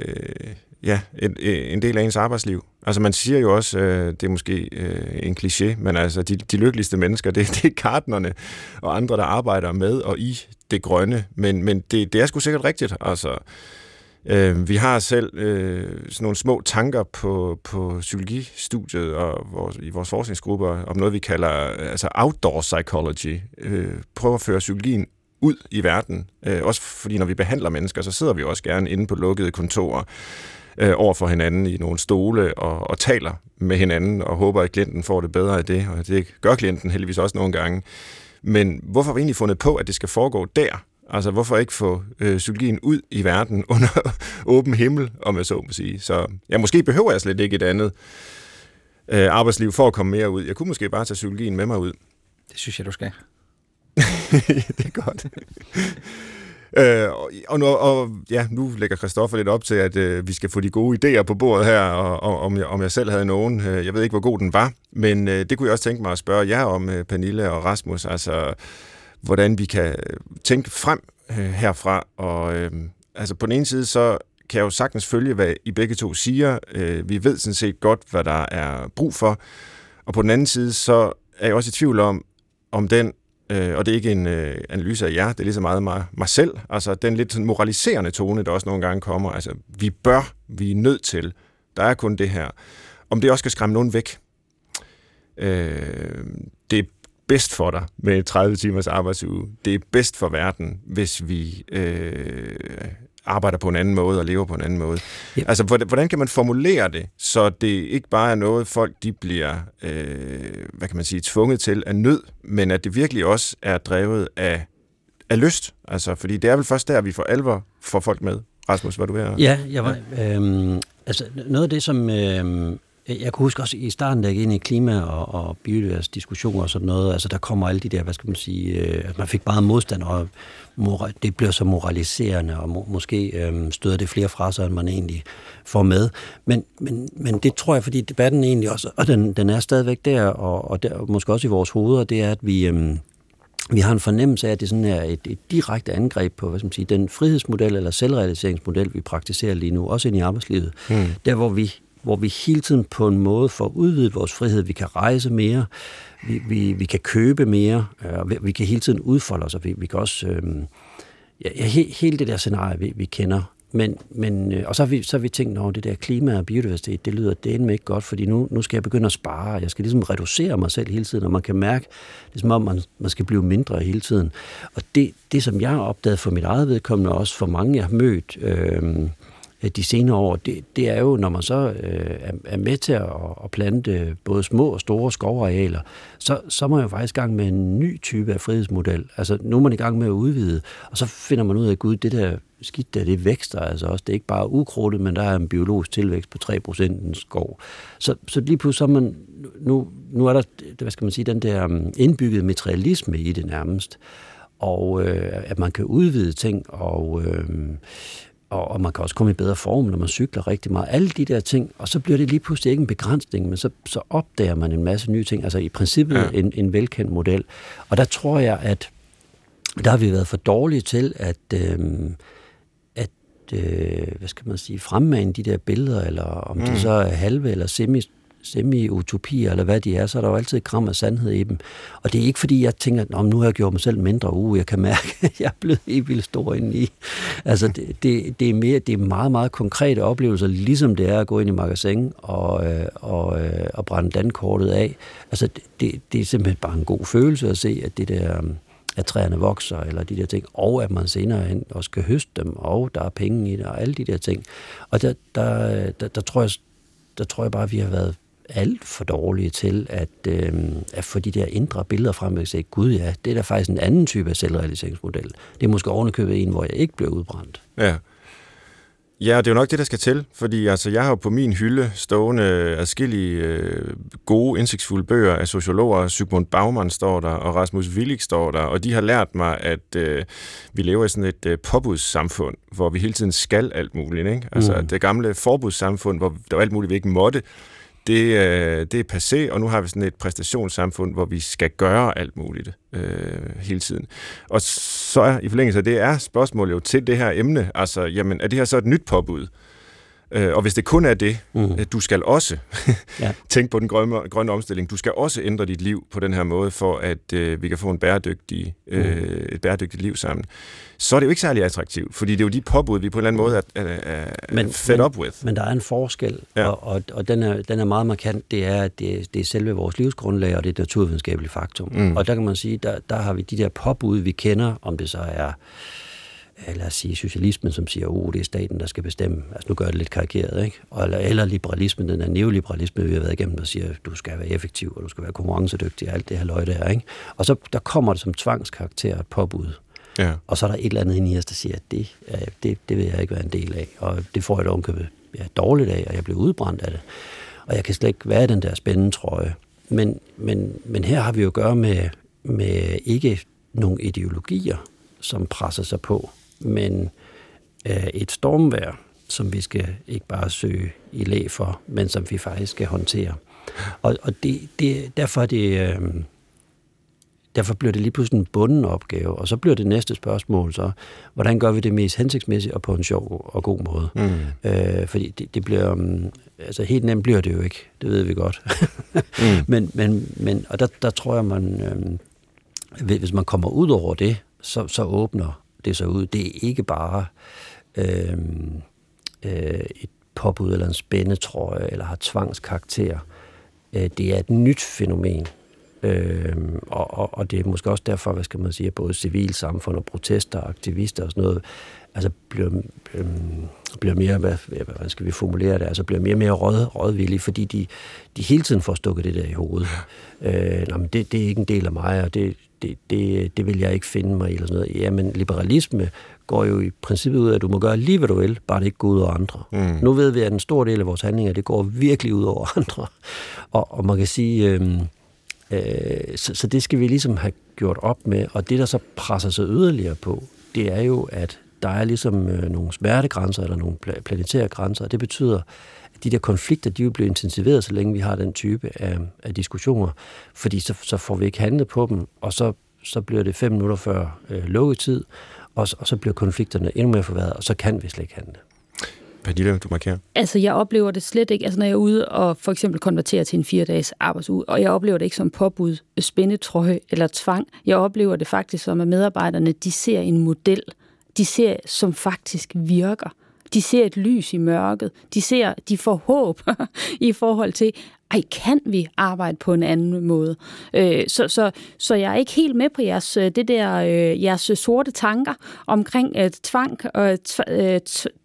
en del af ens arbejdsliv. Altså man siger jo også, det er måske en kliché, men altså de lykkeligste mennesker, det er gartnerne og andre, der arbejder med og i det grønne. Men det er sgu sikkert rigtigt. Altså, vi har selv sådan nogle små tanker på psykologistudiet og i vores forskningsgrupper om noget, vi kalder altså outdoor psychology. Prøver at føre psykologien ud i verden. Også fordi når vi behandler mennesker, så sidder vi også gerne inde på lukkede kontorer over for hinanden i nogle stole og taler med hinanden og håber, at klienten får det bedre af det, og det gør klienten heldigvis også nogle gange. Men hvorfor har vi egentlig fundet på, at det skal foregå der? Altså hvorfor ikke få psykologien ud i verden under åben himmel, om jeg så må sige. Så måske behøver jeg slet ikke et andet arbejdsliv for at komme mere ud. Jeg kunne måske bare tage psykologien med mig ud. Det synes jeg, du skal. Det er godt. Nu lægger Christoffer lidt op til, at vi skal få de gode idéer på bordet her, og om jeg selv havde nogen. Jeg ved ikke, hvor god den var, men det kunne jeg også tænke mig at spørge jer om, Pernille og Rasmus, altså hvordan vi kan tænke frem herfra. Og altså på den ene side, så kan jeg jo sagtens følge, hvad I begge to siger. Vi ved sådan set godt, hvad der er brug for. Og på den anden side, så er jeg også i tvivl om den, og det er ikke en analyse af jer, det er lige så meget mig selv, altså den lidt moraliserende tone, der også nogle gange kommer, altså vi er nødt til, der er kun det her, om det også skal skræmme nogen væk. Det er bedst for dig med 30 timers arbejdsuge, det er bedst for verden, hvis vi arbejder på en anden måde og lever på en anden måde. Ja. Altså, hvordan kan man formulere det, så det ikke bare er noget, folk de bliver, tvunget til af nød, men at det virkelig også er drevet af lyst? Altså, fordi det er vel først der, vi for alvor får folk med. Rasmus, var du ved? Ja, jeg var. Noget af det, som jeg kunne huske også i starten, da jeg gik ind i klima- og biodiversitetsdiskussioner og sådan noget, altså der kommer alle de der, at man fik meget modstand, og det bliver så moraliserende, og måske støder det flere fra sig, end man egentlig får med. Men det tror jeg, fordi debatten egentlig også, og den er stadigvæk der, og der, måske også i vores hoveder, det er, at vi har en fornemmelse af, at det sådan er et direkte angreb på, den frihedsmodel eller selvrealiseringsmodel, vi praktiserer lige nu, også ind i arbejdslivet. Der, hvor vi hele tiden på en måde får udvidet vores frihed. Vi kan rejse mere, vi kan købe mere, vi kan hele tiden udfolde os, og vi kan også... hele det der scenarie, vi kender. Og så har vi tænkt over det der klima og biodiversitet, det lyder dæleme ikke godt, fordi nu skal jeg begynde at spare, jeg skal ligesom reducere mig selv hele tiden, og man kan mærke, det er som om man skal blive mindre hele tiden. Og det som jeg har opdaget for mit eget vedkommende, også for mange jeg har mødt, de senere år, det er jo, når man så er med til at plante både små og store skovarealer, så er man jo faktisk i gang med en ny type af frihedsmodel. Altså nu er man i gang med at udvide, og så finder man ud af, gud, det der skidt der, det vækster altså også. Det er ikke bare ukrudtet, men der er en biologisk tilvækst på 3% i en skov. Så lige pludselig så man, nu er der, hvad skal man sige, den der indbyggede materialisme i det nærmest, og at man kan udvide ting, og man kan også komme i bedre form, når man cykler rigtig meget. Alle de der ting, og så bliver det lige pludselig ikke en begrænsning, men så opdager man en masse nye ting. Altså i princippet en velkendt model. Og der tror jeg, at der har vi været for dårlige til at hvad skal man sige, fremmane de der billeder, eller om det så er halve eller semi-utopier, eller hvad de er, så er der jo altid et gram af sandhed i dem. Og det er ikke fordi, jeg tænker, at nu har jeg gjort mig selv mindre, jeg kan mærke, at jeg er blevet helt vildt stor indeni. Altså, det er meget, meget konkrete oplevelser, ligesom det er at gå ind i magasin og brænde dankortet af. Altså, det er simpelthen bare en god følelse at se, at det der at træerne vokser, eller de der ting, og at man senere hen også skal høste dem, og der er penge i det, og alle de der ting. Og der tror jeg bare, at vi har været alt for dårlige til at få de der indre billeder frem, og sige, gud ja, det er da faktisk en anden type af selvrealiseringsmodel. Det er måske ovenikøbet en, hvor jeg ikke bliver udbrændt. Ja. Ja, det er jo nok det, der skal til, fordi altså, jeg har jo på min hylde stående adskillige gode, indsigtsfulde bøger af sociologer. Zygmunt Bauman står der, og Rasmus Willig står der, og de har lært mig, at vi lever i sådan et påbudssamfund, hvor vi hele tiden skal alt muligt. Ikke? Altså det gamle forbudssamfund, hvor der var alt muligt, vi ikke måtte, det er passé, og nu har vi sådan et præstationssamfund, hvor vi skal gøre alt muligt hele tiden. Og så er i forlængelse af det er spørgsmålet jo til det her emne, altså, jamen, er det her så et nyt påbud? Og hvis det kun er det, du skal også tænke på den grønne omstilling, du skal også ændre dit liv på den her måde, for at vi kan få et bæredygtigt liv sammen, så er det jo ikke særlig attraktivt, fordi det er jo de påbud, vi på en eller anden måde er fed up with. Men der er en forskel, og den er meget markant, det er, at det er selve vores livsgrundlag, og det er et naturvidenskabeligt faktum. Og der kan man sige, der har vi de der påbud, vi kender, om det så er lad os sige socialismen, som siger, det er staten, der skal bestemme. Altså nu gør det lidt karikeret, ikke? Eller liberalismen, den er neoliberalisme, vi har været igennem, der siger, du skal være effektiv, og du skal være konkurrencedygtig, og alt det her løg der, ikke? Og så der kommer det som tvangskarakter et påbud. Ja. Og så er der et eller andet inde i os, der siger, at det vil jeg ikke være en del af. Og det får jeg dog dårligt af, og jeg bliver udbrændt af det. Og jeg kan slet ikke være den der spændende trøje. Men her har vi jo at gøre med ikke nogle ideologier, som presser sig på, men et stormvejr, som vi skal ikke bare søge i læ for, men som vi faktisk skal håndtere. Og derfor bliver det lige pludselig en bunden opgave, og så bliver det næste spørgsmål så, hvordan gør vi det mest hensigtsmæssigt og på en sjov og god måde? Fordi det bliver, altså helt nemt bliver det jo ikke, det ved vi godt. Men og der tror jeg, man, hvis man kommer ud over det, så åbner det sig ud. Det er ikke bare et påbud eller en spændetrøje, eller har tvangskarakter. Det er et nyt fænomen. Og det er måske også derfor, hvad skal man sige, at både civilsamfund og protester og aktivister og sådan noget, altså bliver mere, hvad skal vi formulere det, altså bliver mere rådvillige, fordi de hele tiden får stukket det der i hovedet. Det er ikke en del af mig, og det vil jeg ikke finde mig i, eller sådan noget. Jamen, liberalisme går jo i princippet ud af, at du må gøre lige, hvad du vil, bare det ikke går ud over andre. Nu ved vi, at en stor del af vores handlinger, det går virkelig ud over andre. Og man kan sige, så det skal vi ligesom have gjort op med, og det, der så presser sig yderligere på, det er jo, at der er ligesom nogle smertegrænser, eller nogle planetære grænser, og det betyder, at de der konflikter, de vil blive intensiveret, så længe vi har den type af diskussioner, fordi så får vi ikke handlet på dem, og så bliver det 5 minutter før lukketid, og så bliver konflikterne endnu mere forværret, og så kan vi slet ikke handle. Pernille, du markerer. Altså, jeg oplever det slet ikke, altså når jeg er ude og for eksempel konverterer til en 4-dages arbejdsuge, og jeg oplever det ikke som påbud, spændetrøje eller tvang. Jeg oplever det faktisk som, at medarbejderne, de ser en model, de ser, som faktisk virker. De ser et lys i mørket. De får håb i forhold til, kan vi arbejde på en anden måde? Så jeg er ikke helt med på jeres sorte tanker omkring tvang og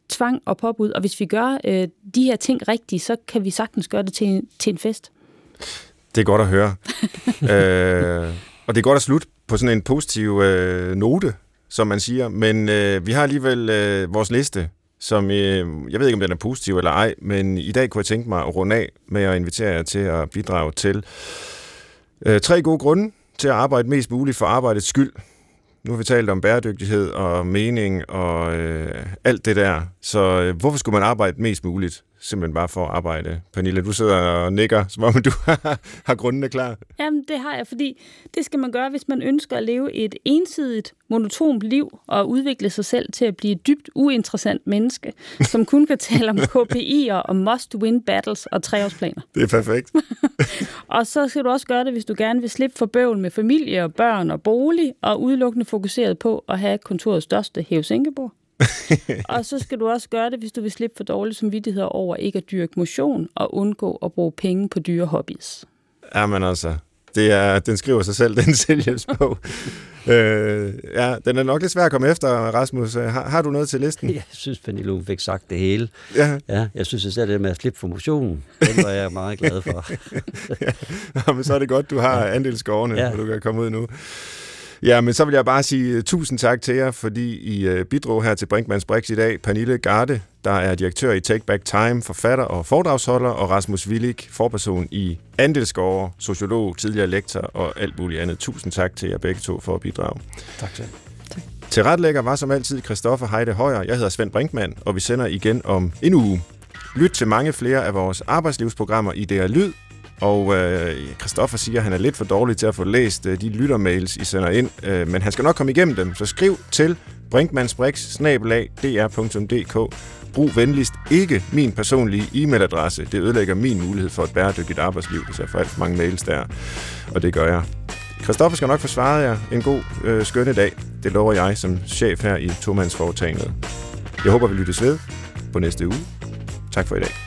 tvang og påbud, og hvis vi gør de her ting rigtigt, så kan vi sagtens gøre det til en fest. Det er godt at høre. Og det er godt at slutte på sådan en positiv note, som man siger, men vi har alligevel vores liste, som jeg ved ikke, om den er positiv eller ej, men i dag kunne jeg tænke mig at runde af med at invitere jer til at bidrage til 3 gode grunde til at arbejde mest muligt for arbejdets skyld. Nu har vi talt om bæredygtighed og mening og alt det der, så hvorfor skulle man arbejde mest muligt? Simpelthen bare for at arbejde. Pernille, du sidder og nikker, som om du har grundene klar. Jamen, det har jeg, fordi det skal man gøre, hvis man ønsker at leve et ensidigt, monotont liv og udvikle sig selv til at blive et dybt uinteressant menneske, som kun kan tale om KPI'er og must-win battles og 3-årsplaner. Det er perfekt. Og så skal du også gøre det, hvis du gerne vil slippe for bøvl med familie og børn og bolig, og udelukkende fokuseret på at have kontorets største hæve-sænkebord. Og så skal du også gøre det, hvis du vil slippe for dårlig samvittighed over ikke at dyrke motion og undgå at bruge penge på dyre hobbies. Jamen altså, den skriver sig selv, den selvhjælpsbog. Ja, den er nok lidt svær at komme efter, Rasmus. Har du noget til listen? Jeg synes, Pernille, hun fik sagt det hele. Ja. Ja, jeg synes især det med at slippe for motionen, den var jeg meget glad for. Ja, men så er det godt, du har andelsgårdene, hvor du kan komme ud nu. Ja, men så vil jeg bare sige tusind tak til jer, fordi I bidrog her til Brinkmanns Brix i dag. Pernille Garde, der er direktør i Take Back Time, forfatter og foredragsholder, og Rasmus Willig, forperson i Andelsgårde, sociolog, tidligere lektor og alt muligt andet. Tusind tak til jer begge to for at bidrage. Tak til. Tilrettelægger var som altid Christoffer Heide Højer. Jeg hedder Svend Brinkmann, og vi sender igen om en uge. Lyt til mange flere af vores arbejdslivsprogrammer i DR Lyd. Og Christoffer siger, at han er lidt for dårlig til at få læst de lyttermails, I sender ind, men han skal nok komme igennem dem. Så skriv til brinkmannsbrix@dr.dk. Brug venligst ikke min personlige e-mailadresse. Det ødelægger min mulighed for et bæredygtigt arbejdsliv, hvis jeg får alt for mange mails der. Og det gør jeg. Christoffer skal nok forsvare jer en god, skønne dag. Det lover jeg som chef her i tomandsforetagendet. Jeg håber, vi lyttes ved på næste uge. Tak for i dag.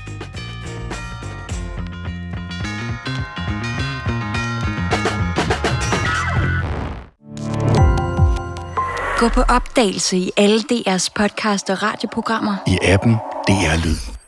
Gå på opdagelse i alle DR's podcast og radioprogrammer. I appen DR Lyd.